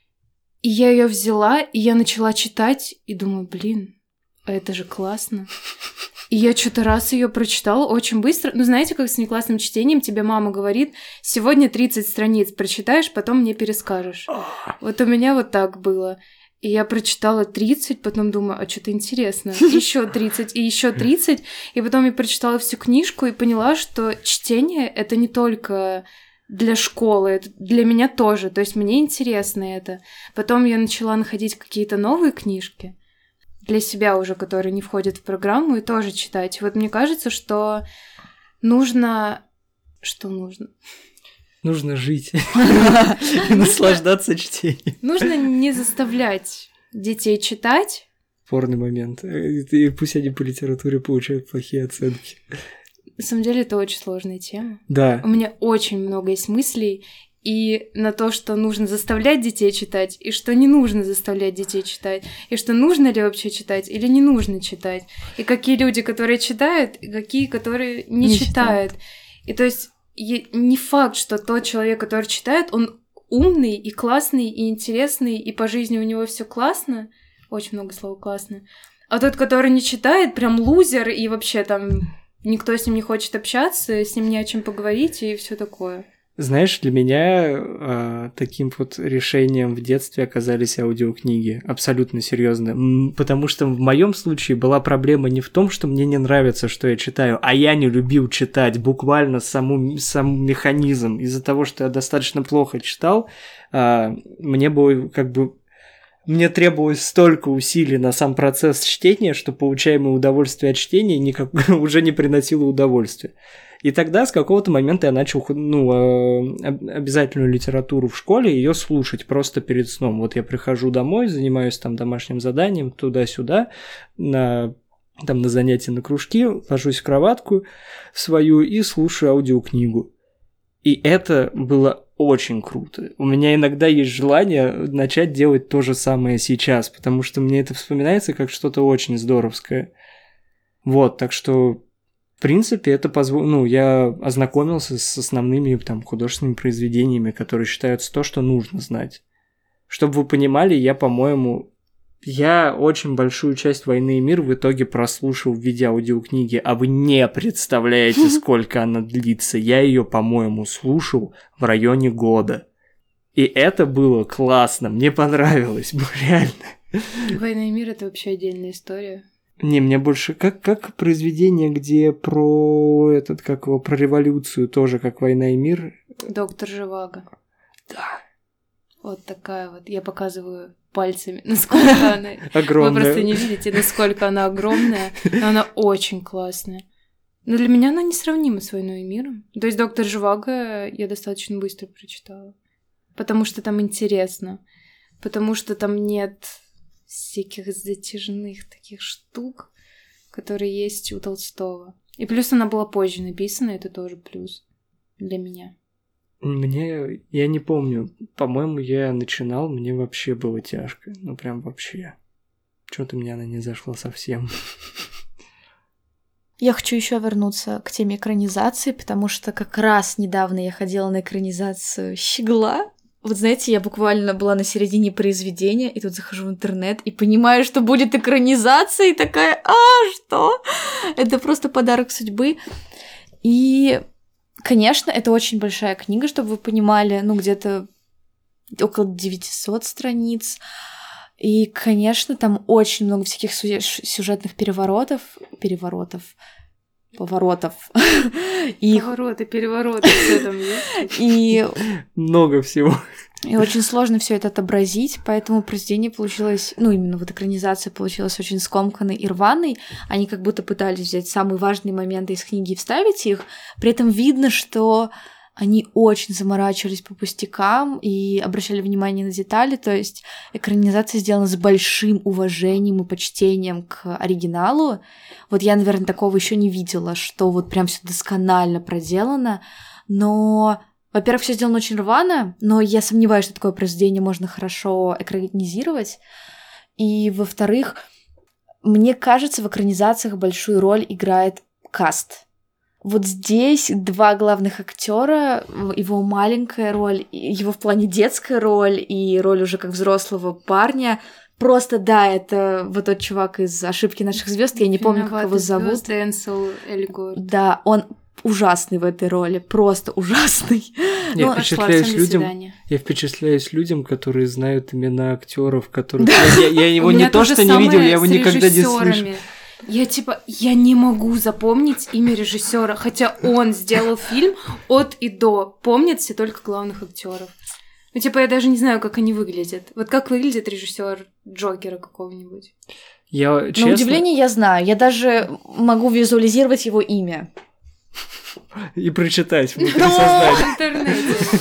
и я ее взяла, и я начала читать, и думаю, блин, это же классно. И я что-то раз ее прочитала очень быстро. Знаете, как с внеклассным чтением тебе мама говорит, сегодня 30 страниц прочитаешь, потом мне перескажешь. Вот у меня вот так было. И я прочитала 30, потом думаю, а что-то интересно. Еще 30 и еще 30. И потом я прочитала всю книжку и поняла, что чтение — это не только для школы, это для меня тоже. То есть мне интересно это. Потом я начала находить какие-то новые книжки для себя уже, которые не входят в программу, и тоже читать. Вот мне кажется, что нужно... Что нужно? Нужно жить и наслаждаться чтением. Нужно не заставлять детей читать. Спорный момент. И пусть они по литературе получают плохие оценки. На самом деле это очень сложная тема. Да. У меня очень много есть мыслей и на то, что нужно заставлять детей читать, и что не нужно заставлять детей читать, и что нужно ли вообще читать или не нужно читать, и какие люди, которые читают, и какие, которые не читают. И то есть не факт, что тот человек, который читает, он умный и классный, и интересный, и по жизни у него все классно, очень много слов «классно», а тот, который не читает, прям лузер, и вообще там никто с ним не хочет общаться, с ним не о чем поговорить, и все такое. Знаешь, для меня таким вот решением в детстве оказались аудиокниги. Абсолютно серьезно. Потому что в моем случае была проблема не в том, что мне не нравится, что я читаю, а я не любил читать буквально сам механизм. Из-за того, что я достаточно плохо читал, мне было мне требовалось столько усилий на сам процесс чтения, что получаемое удовольствие от чтения уже не приносило удовольствия. И тогда с какого-то момента я начал обязательную литературу в школе, ее слушать просто перед сном. Вот я прихожу домой, занимаюсь там домашним заданием, туда-сюда, на там на занятия, на кружки, ложусь в кроватку свою и слушаю аудиокнигу. И это было очень круто. У меня иногда есть желание начать делать то же самое сейчас, потому что мне это вспоминается как что-то очень здоровское. Вот, так что, в принципе, это позволило... я ознакомился с основными там художественными произведениями, которые считаются то, что нужно знать. Чтобы вы понимали, я очень большую часть «Войны и мира» в итоге прослушал в виде аудиокниги, а вы не представляете, сколько она длится. Я ее, по-моему, слушал в районе года. И это было классно, мне понравилось, реально. «Война и мир» — это вообще отдельная история. Не, мне больше... Как произведение, где про революцию тоже, как «Война и мир». «Доктор Живаго». Да. Вот такая вот. Я показываю пальцами, насколько она... Огромная. Вы просто не видите, насколько она огромная, но она очень классная. Но для меня она несравнима с «Войной и миром». То есть «Доктор Живаго» я достаточно быстро прочитала. Потому что там интересно. Потому что там нет всяких затяжных таких штук, которые есть у Толстого. И плюс она была позже написана, это тоже плюс для меня. Я не помню, по-моему, я начинал, мне вообще было тяжко, ну прям вообще. Что-то мне она не зашла совсем. Я хочу еще вернуться к теме экранизации, потому что как раз недавно я ходила на экранизацию «Щегла». Вот знаете, я буквально была на середине произведения, и тут захожу в интернет и понимаю, что будет экранизация, и такая, что? Это просто подарок судьбы. И... Конечно, это очень большая книга, чтобы вы понимали, где-то около 900 страниц. И, конечно, там очень много всяких сюжетных поворотов. Повороты, перевороты, все там есть. И много всего. И очень сложно все это отобразить, поэтому произведение получилось, именно вот экранизация получилась очень скомканной и рваной. Они как будто пытались взять самые важные моменты из книги и вставить их. При этом видно, что они очень заморачивались по пустякам и обращали внимание на детали. То есть экранизация сделана с большим уважением и почтением к оригиналу. Вот я, наверное, такого еще не видела, что вот прям все досконально проделано. Но... Во-первых, все сделано очень рвано, но я сомневаюсь, что такое произведение можно хорошо экранизировать. И, во-вторых, мне кажется, в экранизациях большую роль играет каст. Вот здесь два главных актера, его маленькая роль, его в плане детская роль и роль уже как взрослого парня. Просто, да, это вот тот чувак из «Ошибки наших звезд, я не помню, как его зовут. Денсел Эльгорд. Да, он ужасный в этой роли, просто ужасный. Я впечатляюсь людям, которые знают имена актеров, которых я его не то что не видел, я его никогда не слышал. Я не могу запомнить имя режиссера, хотя он сделал фильм от и до. Помнят все только главных актеров. Я даже не знаю, как они выглядят. Вот как выглядит режиссер Джокера какого-нибудь. На удивление я знаю. Я даже могу визуализировать его имя. И прочитать внутри сознания. В интернете.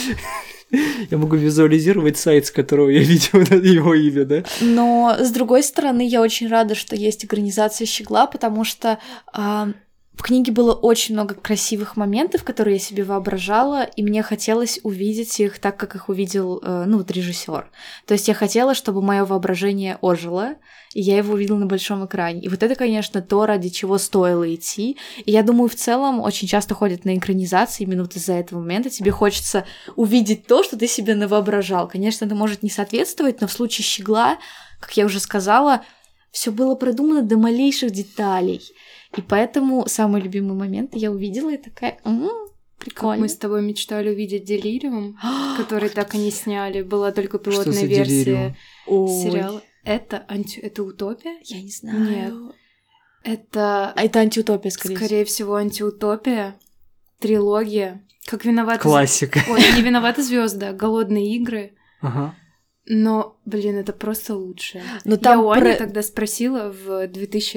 Я могу визуализировать сайт, с которого я видел его имя, да? Но, с другой стороны, я очень рада, что есть экранизация «Щегла», потому что в книге было очень много красивых моментов, которые я себе воображала, и мне хотелось увидеть их так, как их увидел, режиссер. То есть я хотела, чтобы мое воображение ожило, и я его увидела на большом экране. И вот это, конечно, то, ради чего стоило идти. И я думаю, в целом очень часто ходят на экранизации именно вот из-за этого момента. Тебе хочется увидеть то, что ты себе навоображал. Конечно, это может не соответствовать, но в случае «Щегла», как я уже сказала, все было продумано до малейших деталей. И поэтому самый любимый момент я увидела и такая, прикольно. Мы с тобой мечтали увидеть «Делириум», который так и не сняли. Была только пилотная версия сериала. Это утопия? Я не знаю. Нет. Это антиутопия, скорее всего. Скорее всего, антиутопия. Трилогия. Как «Виноваты...» Классика. Ой, не «Виноваты звезды», а «Голодные игры». Ага. Но, это просто лучшее. Но там я у Ани тогда спросила в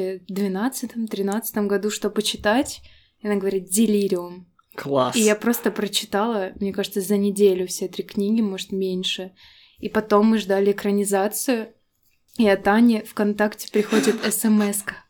2012-2013 году, что почитать. И она говорит «Делириум». Класс. И я просто прочитала, мне кажется, за неделю все 3 книги, может, меньше. И потом мы ждали экранизацию, и от Ани ВКонтакте приходит смс-ка.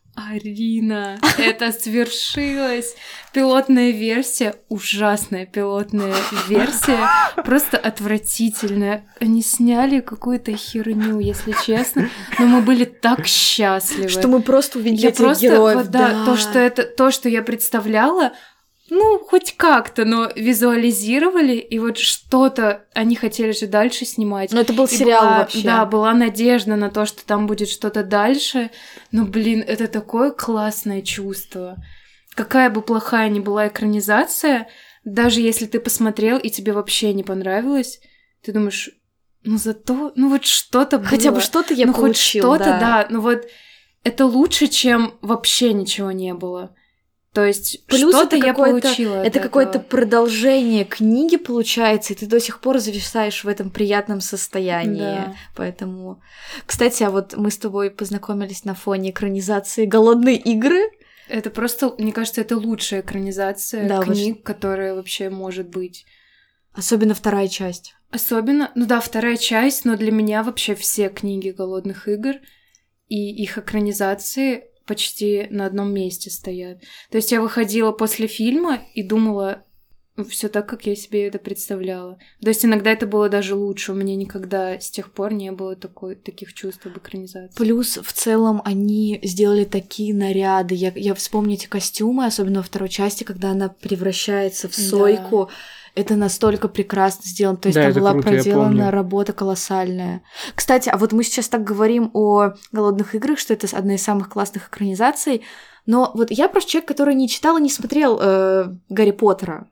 Арина, это свершилось. Пилотная версия, ужасная пилотная версия, просто отвратительная. Они сняли какую-то херню, если честно, но мы были так счастливы. Что мы просто увидели этих героев. Вот, да, то, что я представляла, ну, хоть как-то, но визуализировали, и вот что-то они хотели же дальше снимать. Но это был сериал вообще. Да, была надежда на то, что там будет что-то дальше. Но, блин, это такое классное чувство. Какая бы плохая ни была экранизация, даже если ты посмотрел и тебе вообще не понравилось, ты думаешь, ну зато, ну вот что-то было. Хотя бы что-то я получил, хоть что-то, да. Ну вот это лучше, чем вообще ничего не было. То есть плюс что-то я получила. Это какое-то продолжение книги получается, и ты до сих пор зависаешь в этом приятном состоянии. Да. Поэтому, кстати, а вот мы с тобой познакомились на фоне экранизации «Голодные игры». Это просто, мне кажется, это лучшая экранизация книг, которая вообще может быть. Особенно вторая часть. Особенно, ну да, вторая часть, но для меня вообще все книги «Голодных игр» и их экранизации почти на одном месте стоят. То есть я выходила после фильма и думала, все так, как я себе это представляла. То есть иногда это было даже лучше. У меня никогда с тех пор не было таких чувств об экранизации. Плюс в целом они сделали такие наряды. Я вспомню эти костюмы, особенно во второй части, когда она превращается в Сойку. Да. Это настолько прекрасно сделано. То есть там была проделана работа колоссальная. Кстати, а вот мы сейчас так говорим о «Голодных играх», что это одна из самых классных экранизаций. Но вот я просто человек, который не читал и не смотрел «Гарри Поттера».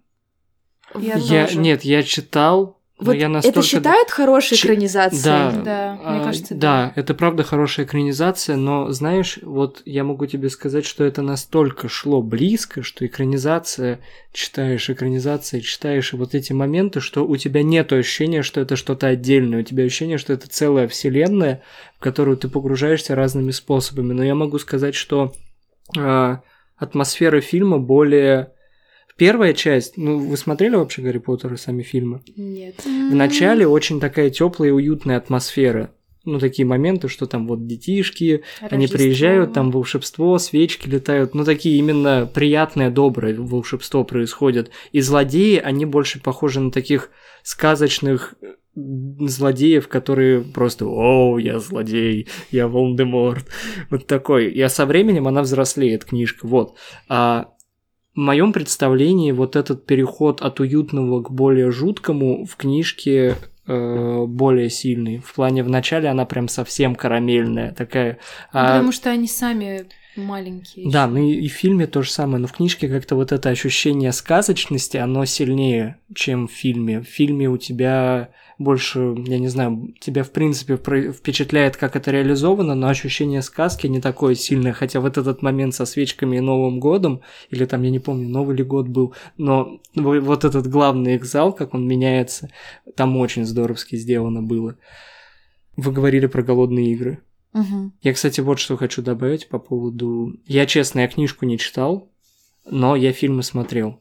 Я читал. Вот я настолько... Это считают хорошей экранизацией? Да, мне кажется, да. Это правда хорошая экранизация, но, знаешь, вот я могу тебе сказать, что это настолько шло близко, что экранизация, читаешь, и вот эти моменты, что у тебя нет ощущения, что это что-то отдельное, у тебя ощущение, что это целая вселенная, в которую ты погружаешься разными способами. Но я могу сказать, что атмосфера фильма более... Первая часть, ну, вы смотрели вообще «Гарри Поттер» и сами фильмы? Нет. В начале очень такая теплая и уютная атмосфера. Ну, такие моменты, что там вот детишки, они приезжают, там волшебство, свечки летают. Ну, такие именно приятное, доброе волшебство происходит. И злодеи, они больше похожи на таких сказочных злодеев, которые просто «О, я злодей, я Волан-де-Морт». Вот такой. И со временем она взрослеет, книжка, вот. В моем представлении вот этот переход от уютного к более жуткому в книжке более сильный. В плане в начале она прям совсем карамельная такая. Потому что они сами маленькие. Да, ну и в фильме то же самое, но в книжке как-то вот это ощущение сказочности, оно сильнее, чем в фильме. В фильме у тебя больше, я не знаю, тебя в принципе впечатляет, как это реализовано, но ощущение сказки не такое сильное, хотя вот этот момент со свечками и Новым годом, или там, я не помню, Новый ли год был, но вот этот главный их зал, как он меняется, там очень здоровски сделано было. Вы говорили про «Голодные игры». Угу. Я, кстати, вот что хочу добавить по поводу... Я, честно, я книжку не читал, но я фильмы смотрел.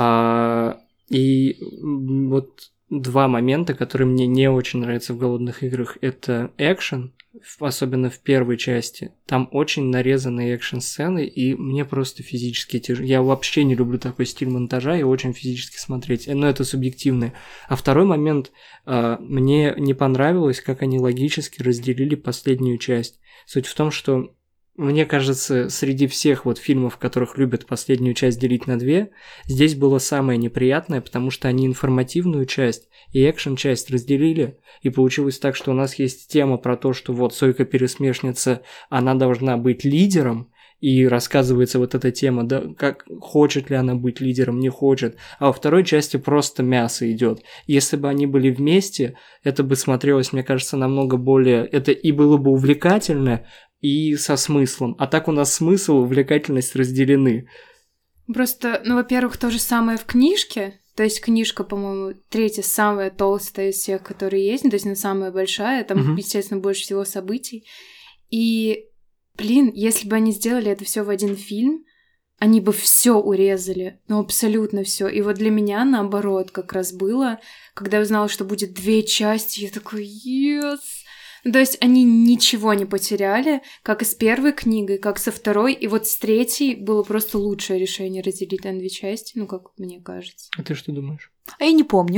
И вот два момента, которые мне не очень нравятся в «Голодных играх», это экшен, особенно в первой части. Там очень нарезанные экшн-сцены, и мне просто физически тяжело. Я вообще не люблю такой стиль монтажа и очень физически смотреть, но это субъективно. А второй момент, мне не понравилось, как они логически разделили последнюю часть. Суть в том, что мне кажется, среди всех вот фильмов, в которых любят последнюю часть делить на две, здесь было самое неприятное, потому что они информативную часть и экшен-часть разделили, и получилось так, что у нас есть тема про то, что вот Сойка-пересмешница, она должна быть лидером, и рассказывается вот эта тема, да, как хочет ли она быть лидером, не хочет, а во второй части просто мясо идет. Если бы они были вместе, это бы смотрелось, мне кажется, намного более, это и было бы увлекательно, и со смыслом. А так у нас смысл и увлекательность разделены. Просто, ну, во-первых, то же самое в книжке. То есть книжка, по-моему, третья самая толстая из всех, которые есть. То есть она самая большая. Там, естественно, больше всего событий. И, блин, если бы они сделали это все в один фильм, они бы все урезали. Ну, абсолютно все. И вот для меня, наоборот, как раз было, когда я узнала, что будет 2 части, я такой, yes! То есть они ничего не потеряли, как и с первой книгой, как со второй, и вот с третьей было просто лучшее решение разделить на 2 части, ну, как мне кажется. А ты что думаешь? А я не помню.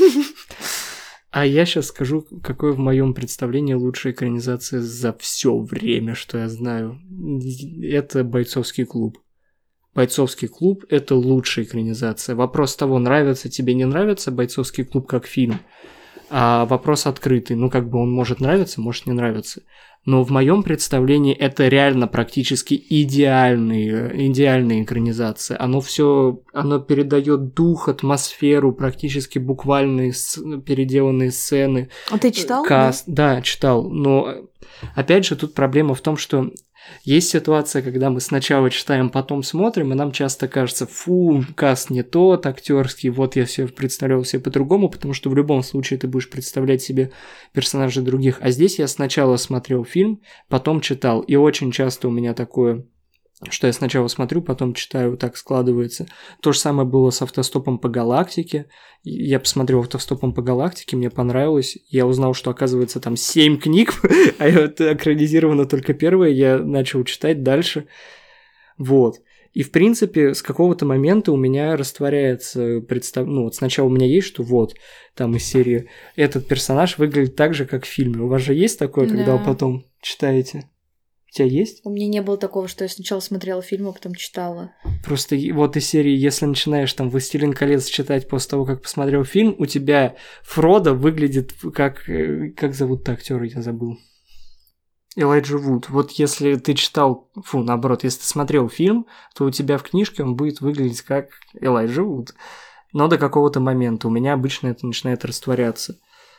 А я сейчас скажу, какое в моем представлении лучшая экранизация за все время, что я знаю. Это «Бойцовский клуб». «Бойцовский клуб» — это лучшая экранизация. Вопрос того, нравится тебе, не нравится «Бойцовский клуб» как фильм. А вопрос открытый. Ну, как бы он может нравиться, может не нравиться. Но в моем представлении это реально практически идеальная экранизация. Оно передает дух, атмосферу, практически буквальные переделанные сцены. А ты читал? Да, читал. Но опять же, тут проблема в том, что есть ситуация, когда мы сначала читаем, потом смотрим, и нам часто кажется, фу, каст не тот, актерский, вот я себе представлял себе по-другому, потому что в любом случае ты будешь представлять себе персонажей других. А здесь я сначала смотрел фильм, потом читал, и очень часто у меня такое, что я сначала смотрю, потом читаю, так складывается. То же самое было с «Автостопом по галактике». Я посмотрел «Автостопом по галактике», мне понравилось. Я узнал, что, оказывается, там 7 книг, а это экранизировано только первая. Я начал читать дальше. Вот. И, в принципе, с какого-то момента у меня растворяется ну, вот сначала у меня есть, что вот, там из серии этот персонаж выглядит так же, как в фильме. У вас же есть такое, когда вы потом читаете? У тебя есть? У меня не было такого, что я сначала смотрела фильм, а потом читала. Просто вот из серии, если начинаешь там «Властелин колец» читать после того, как посмотрел фильм, у тебя Фродо выглядит как зовут актера, я забыл. Элайджа Вуд. Вот если ты читал, наоборот, если ты смотрел фильм, то у тебя в книжке он будет выглядеть как Элайджа Вуд. Но до какого-то момента. У меня обычно это начинает растворяться.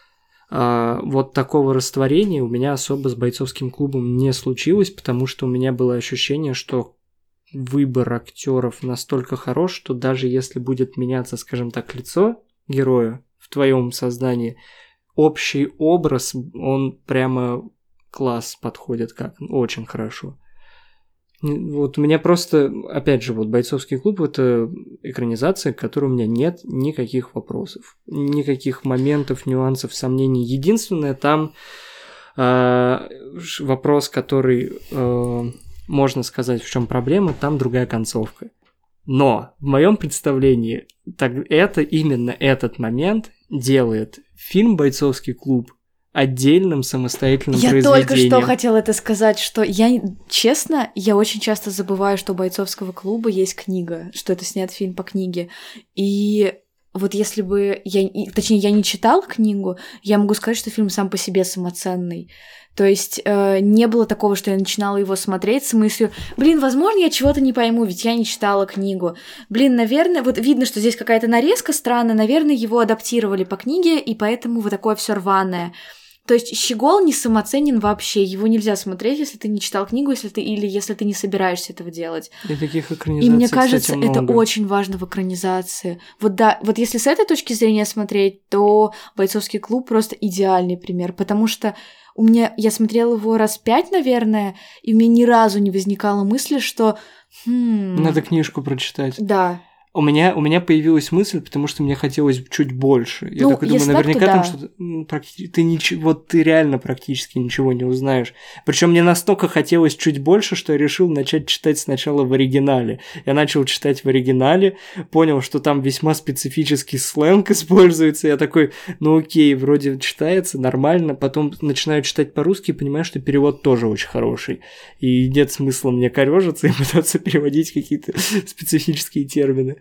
Вот такого растворения у меня особо с «Бойцовским клубом» не случилось, потому что у меня было ощущение, что выбор актеров настолько хорош, что даже если будет меняться, скажем так, лицо героя в твоем сознании, общий образ, он прямо класс подходит, как очень хорошо. Вот у меня просто, опять же, вот «Бойцовский клуб» — это экранизация, к которой у меня нет никаких вопросов, никаких моментов, нюансов, сомнений. Единственное, там вопрос, который можно сказать, в чем проблема, там другая концовка. Но в моем представлении именно этот момент делает фильм «Бойцовский клуб» отдельным самостоятельным произведением. Я только что хотела это сказать, что я очень часто забываю, что у «Бойцовского клуба» есть книга, что это снят фильм по книге. И вот если бы я не читала книгу, я могу сказать, что фильм сам по себе самоценный. То есть не было такого, что я начинала его смотреть с мыслью, возможно, я чего-то не пойму, ведь я не читала книгу. Наверное, вот видно, что здесь какая-то нарезка странная, наверное, его адаптировали по книге, и поэтому вот такое все рваное. То есть «Щегол» не самоценен вообще, его нельзя смотреть, если ты не читал книгу, если ты не собираешься этого делать. И таких экранизаций, и мне кажется, кстати, много. Это очень важно в экранизации. Вот если с этой точки зрения смотреть, то «Бойцовский клуб» просто идеальный пример, потому что я смотрела его раз 5, наверное, и у меня ни разу не возникало мысли, что... Надо книжку прочитать. Да. У меня появилась мысль, потому что мне хотелось чуть больше. Я такой думаю, наверняка там что-то... Ты реально практически ничего не узнаешь. Причем мне настолько хотелось чуть больше, что я решил начать читать сначала в оригинале. Я начал читать в оригинале, понял, что там весьма специфический сленг используется. Я такой, окей, вроде читается нормально. Потом начинаю читать по-русски и понимаю, что перевод тоже очень хороший. И нет смысла мне корёжиться и пытаться переводить какие-то специфические термины.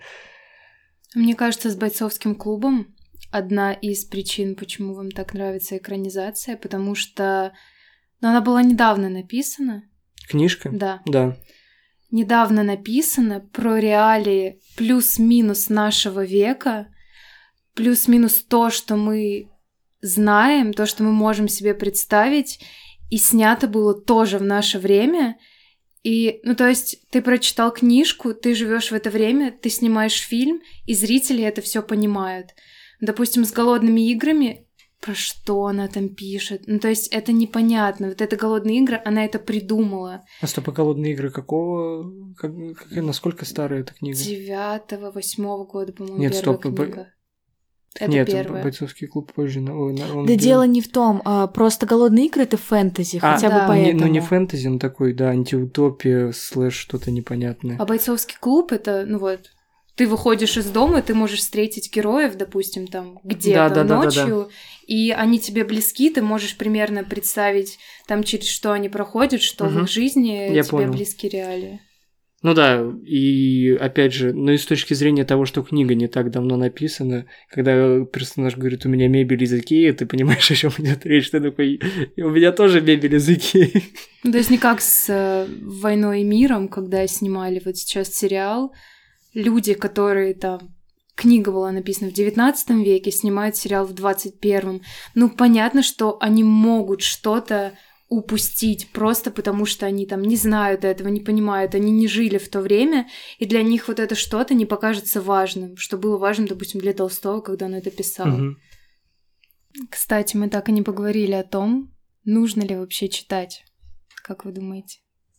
Мне кажется, с «Бойцовским клубом» одна из причин, почему вам так нравится экранизация, потому что она была недавно написана. Книжка? Да. Недавно написана про реалии плюс-минус нашего века, плюс-минус то, что мы знаем, то, что мы можем себе представить, и снято было тоже в наше время. И, то есть, ты прочитал книжку, ты живешь в это время, ты снимаешь фильм, и зрители это все понимают. Допустим, с «Голодными играми», про что она там пишет? То есть, это непонятно. Вот это «Голодные игры», она это придумала. А стоп, «Голодные игры» какого? Насколько старая эта книга? 9-8 года, по-моему, Нет, первая книга. Это Нет, первое. «Бойцовский клуб» позже. Да дело не в том, просто «Голодные игры» — это фэнтези, хотя бы поэтому. Не фэнтези, но такой, да, антиутопия, слэш что-то непонятное. А «Бойцовский клуб» — это, ты выходишь из дома, ты можешь встретить героев, допустим, там где-то ночью, и они тебе близки, ты можешь примерно представить, там, через что они проходят, что в их жизни тебе близки реалии. Ну да, и опять же, и с точки зрения того, что книга не так давно написана, когда персонаж говорит, у меня мебель из Икеи, ты понимаешь, о чем идет речь, ты такой, у меня тоже мебель из Икеи. То есть не как с «Войной и миром», когда снимали вот сейчас сериал, люди, которые там, книга была написана в 19 веке, снимают сериал в 21. Понятно, что они могут что-то упустить просто потому, что они там не знают этого, не понимают, они не жили в то время, и для них вот это что-то не покажется важным, что было важным, допустим, для Толстого, когда он это писал. Угу. Кстати, мы так и не поговорили о том, нужно ли вообще читать. Как вы думаете?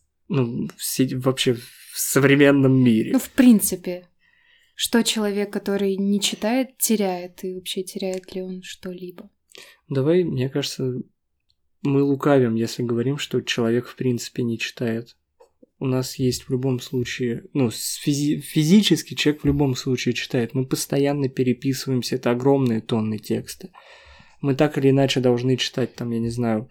Вообще в современном мире. В принципе. Что человек, который не читает, теряет, и вообще теряет ли он что-либо? Давай, мне кажется, мы лукавим, если говорим, что человек в принципе не читает. У нас есть в любом случае, физически человек в любом случае читает. Мы постоянно переписываемся, это огромные тонны текста. Мы так или иначе должны читать, там, я не знаю,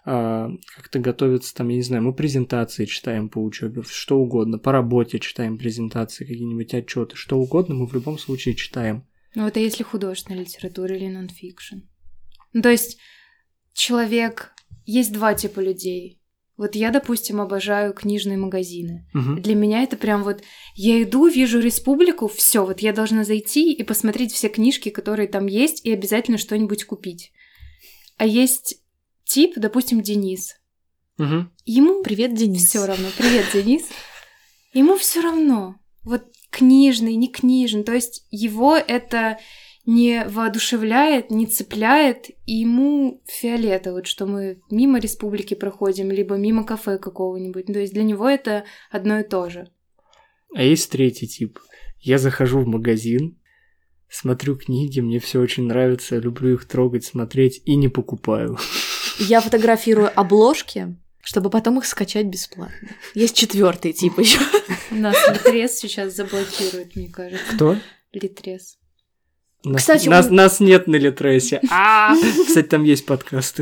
как-то готовиться, там, я не знаю, мы презентации читаем по учебе, что угодно, по работе читаем презентации, какие-нибудь отчеты, что угодно мы в любом случае читаем. Это если художественная литература или нон-фикшн. То есть человек... Есть два типа людей. Вот я, допустим, обожаю книжные магазины. Угу. Для меня это прям я иду, вижу Республику, все, я должна зайти и посмотреть все книжки, которые там есть, и обязательно что-нибудь купить. А есть тип, допустим, Денис. Угу. Ему привет, Денис. Все равно. Привет, Денис. Ему все равно. Книжный, не книжный. То есть его это не воодушевляет, не цепляет, и ему фиолетово, что мы мимо Республики проходим, либо мимо кафе какого-нибудь. То есть для него это одно и то же. А есть третий тип. Я захожу в магазин, смотрю книги, мне все очень нравится, люблю их трогать, смотреть и не покупаю. Я фотографирую обложки, чтобы потом их скачать бесплатно. Есть четвертый тип еще. Нас Литрес сейчас заблокирует, мне кажется. Кто? Литрес. Кстати, нас нет на Литресе. Кстати, там есть подкасты.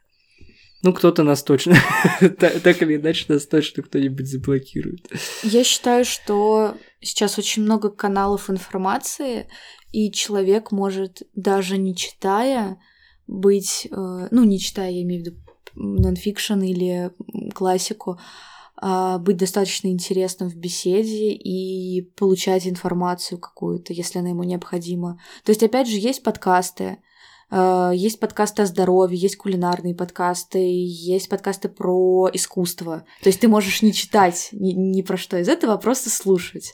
Кто-то нас точно... Так или иначе, нас точно кто-нибудь заблокирует. Я считаю, что сейчас очень много каналов информации, и человек может, даже не читая, быть... не читая, я имею в виду нонфикшн или классику, быть достаточно интересным в беседе и получать информацию какую-то, если она ему необходима. То есть, опять же, есть подкасты о здоровье, есть кулинарные подкасты, есть подкасты про искусство. То есть ты можешь не читать ни про что из этого, а просто слушать.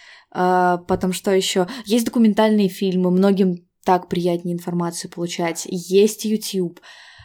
Потом что еще? Есть документальные фильмы, многим так приятнее информацию получать. Есть YouTube.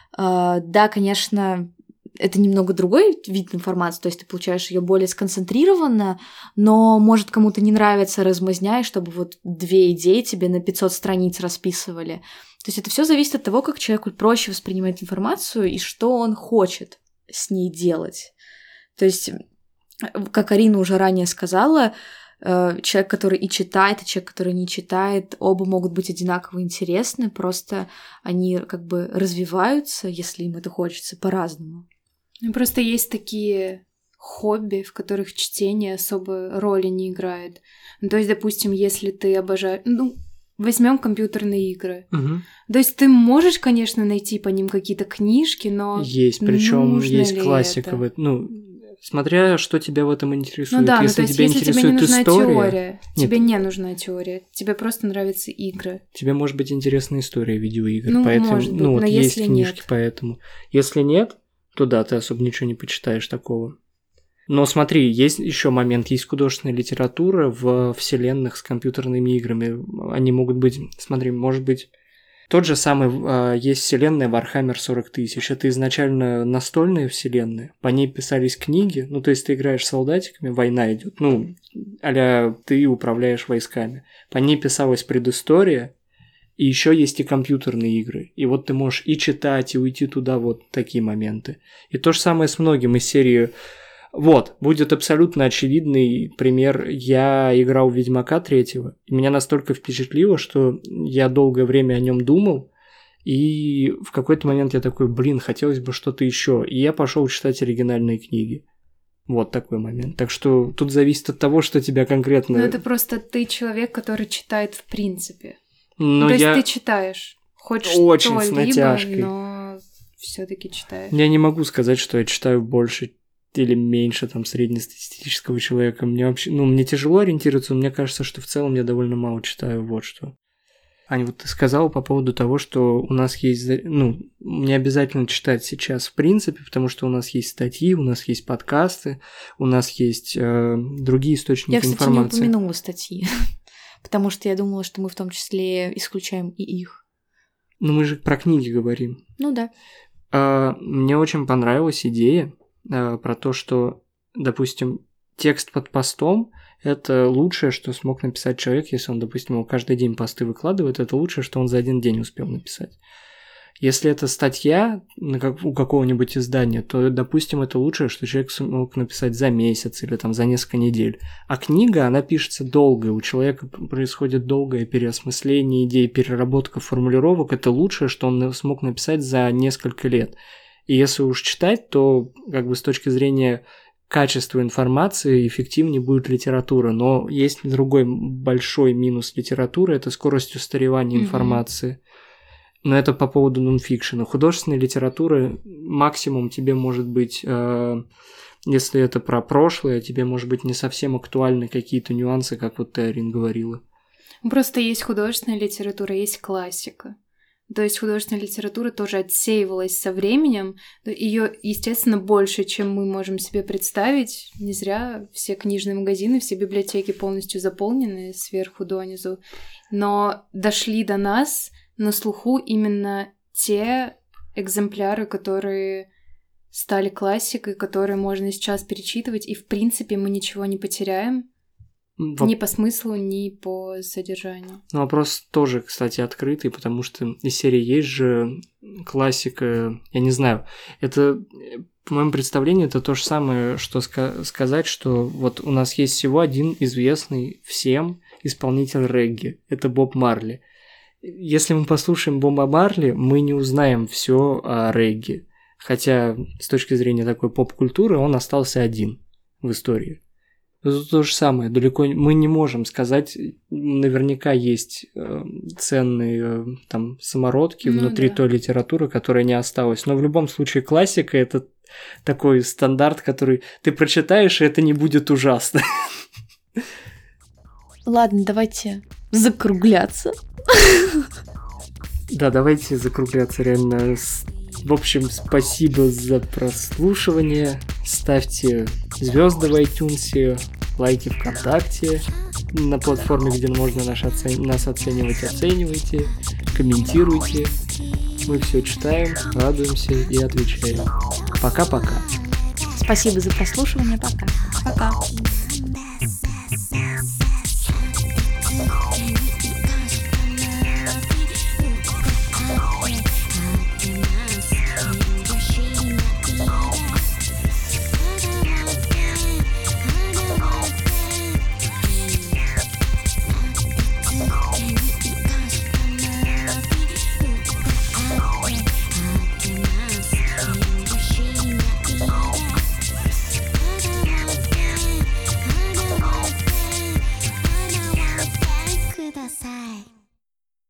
Да, конечно, это немного другой вид информации, то есть ты получаешь ее более сконцентрированно, но может кому-то не нравится размазня, чтобы 2 идеи тебе на 500 страниц расписывали. То есть это все зависит от того, как человеку проще воспринимать информацию и что он хочет с ней делать. То есть, как Арина уже ранее сказала, человек, который и читает, и человек, который не читает, оба могут быть одинаково интересны, просто они развиваются, если им это хочется, по-разному. Просто есть такие хобби, в которых чтение особо роли не играет. То есть, допустим, если ты обожаешь... возьмем компьютерные игры. Угу. То есть ты можешь, конечно, найти по ним какие-то книжки, но есть, причем есть классика. Смотря, что тебя в этом интересует. Если тебя интересует история... Тебе не нужна теория. Тебе просто нравятся игры. Тебе может быть интересна история видеоигр. Поэтому, может быть, но есть если книжки, нет. Поэтому. Если нет, то да, ты особо ничего не почитаешь такого. Но смотри, есть еще момент, есть художественная литература в вселенных с компьютерными играми. Они могут быть, смотри, может быть, тот же самый, есть вселенная Warhammer 40 000. Это изначально настольная вселенная, по ней писались книги, то есть ты играешь солдатиками, война идет, а-ля ты управляешь войсками. По ней писалась предыстория, И еще есть и компьютерные игры. И вот ты можешь и читать, и уйти туда, вот такие моменты. И то же самое с многим из серии. Вот, будет абсолютно очевидный пример. Я играл в Ведьмака 3, и меня настолько впечатлило, что я долгое время о нем думал, и в какой-то момент я такой, хотелось бы что-то еще. И я пошел читать оригинальные книги. Вот такой момент. Так что тут зависит от того, что тебя конкретно... Ну, это просто ты человек, который читает в принципе. Но то я... есть ты читаешь хоть очень что-либо, с натяжкой. но все-таки читаешь. Я не могу сказать, что я читаю больше или меньше там среднестатистического человека. Мне вообще... мне тяжело ориентироваться, но мне кажется, что в целом я довольно мало читаю, вот что. Аня, вот ты сказала по поводу того, что у нас есть... не обязательно читать сейчас в принципе, потому что у нас есть статьи, у нас есть подкасты, у нас есть другие источники информации. Я, кстати, не упомянула статьи, потому что я думала, что мы в том числе исключаем и их. Мы же про книги говорим. Ну да. Мне очень понравилась идея про то, что, допустим, текст под постом – это лучшее, что смог написать человек, если он, допустим, его каждый день посты выкладывает, это лучшее, что он за один день успел написать. Если это статья у какого-нибудь издания, то, допустим, это лучшее, что человек смог написать за месяц или там за несколько недель. А книга, она пишется долго, у человека происходит долгое переосмысление идей, переработка формулировок, это лучшее, что он смог написать за несколько лет. И если уж читать, то с точки зрения качества информации эффективнее будет литература. Но есть другой большой минус литературы – это скорость устаревания информации. Но это по поводу нонфикшена. Художественная литература максимум тебе может быть, если это про прошлое, тебе может быть не совсем актуальны какие-то нюансы, как вот ты, Арин, говорила. Просто есть художественная литература, есть классика. То есть художественная литература тоже отсеивалась со временем. Ее, естественно, больше, чем мы можем себе представить. Не зря все книжные магазины, все библиотеки полностью заполнены сверху донизу. Но дошли до нас на слуху именно те экземпляры, которые стали классикой, которые можно сейчас перечитывать, и, в принципе, мы ничего не потеряем. Ни по смыслу, ни по содержанию. Вопрос тоже, кстати, открытый, потому что из серии есть же классика, я не знаю, это, по моему представлению, это то же самое, что сказать, что вот у нас есть всего один известный всем исполнитель регги, это Боб Марли. Если мы послушаем Боба Марли, мы не узнаем все о регги, хотя с точки зрения такой поп-культуры он остался один в истории. Это то же самое, далеко мы не можем сказать, наверняка есть ценные там самородки внутри той литературы, которая не осталась, но в любом случае классика – это такой стандарт, который ты прочитаешь, и это не будет ужасно. Ладно, давайте закругляться. Да, давайте закругляться реально. В общем, спасибо за прослушивание. Ставьте звезды в iTunes, лайки ВКонтакте, на платформе, где можно нас оценивать, оценивайте, комментируйте. Мы все читаем, радуемся и отвечаем. Пока-пока. Спасибо за прослушивание. Пока. Пока.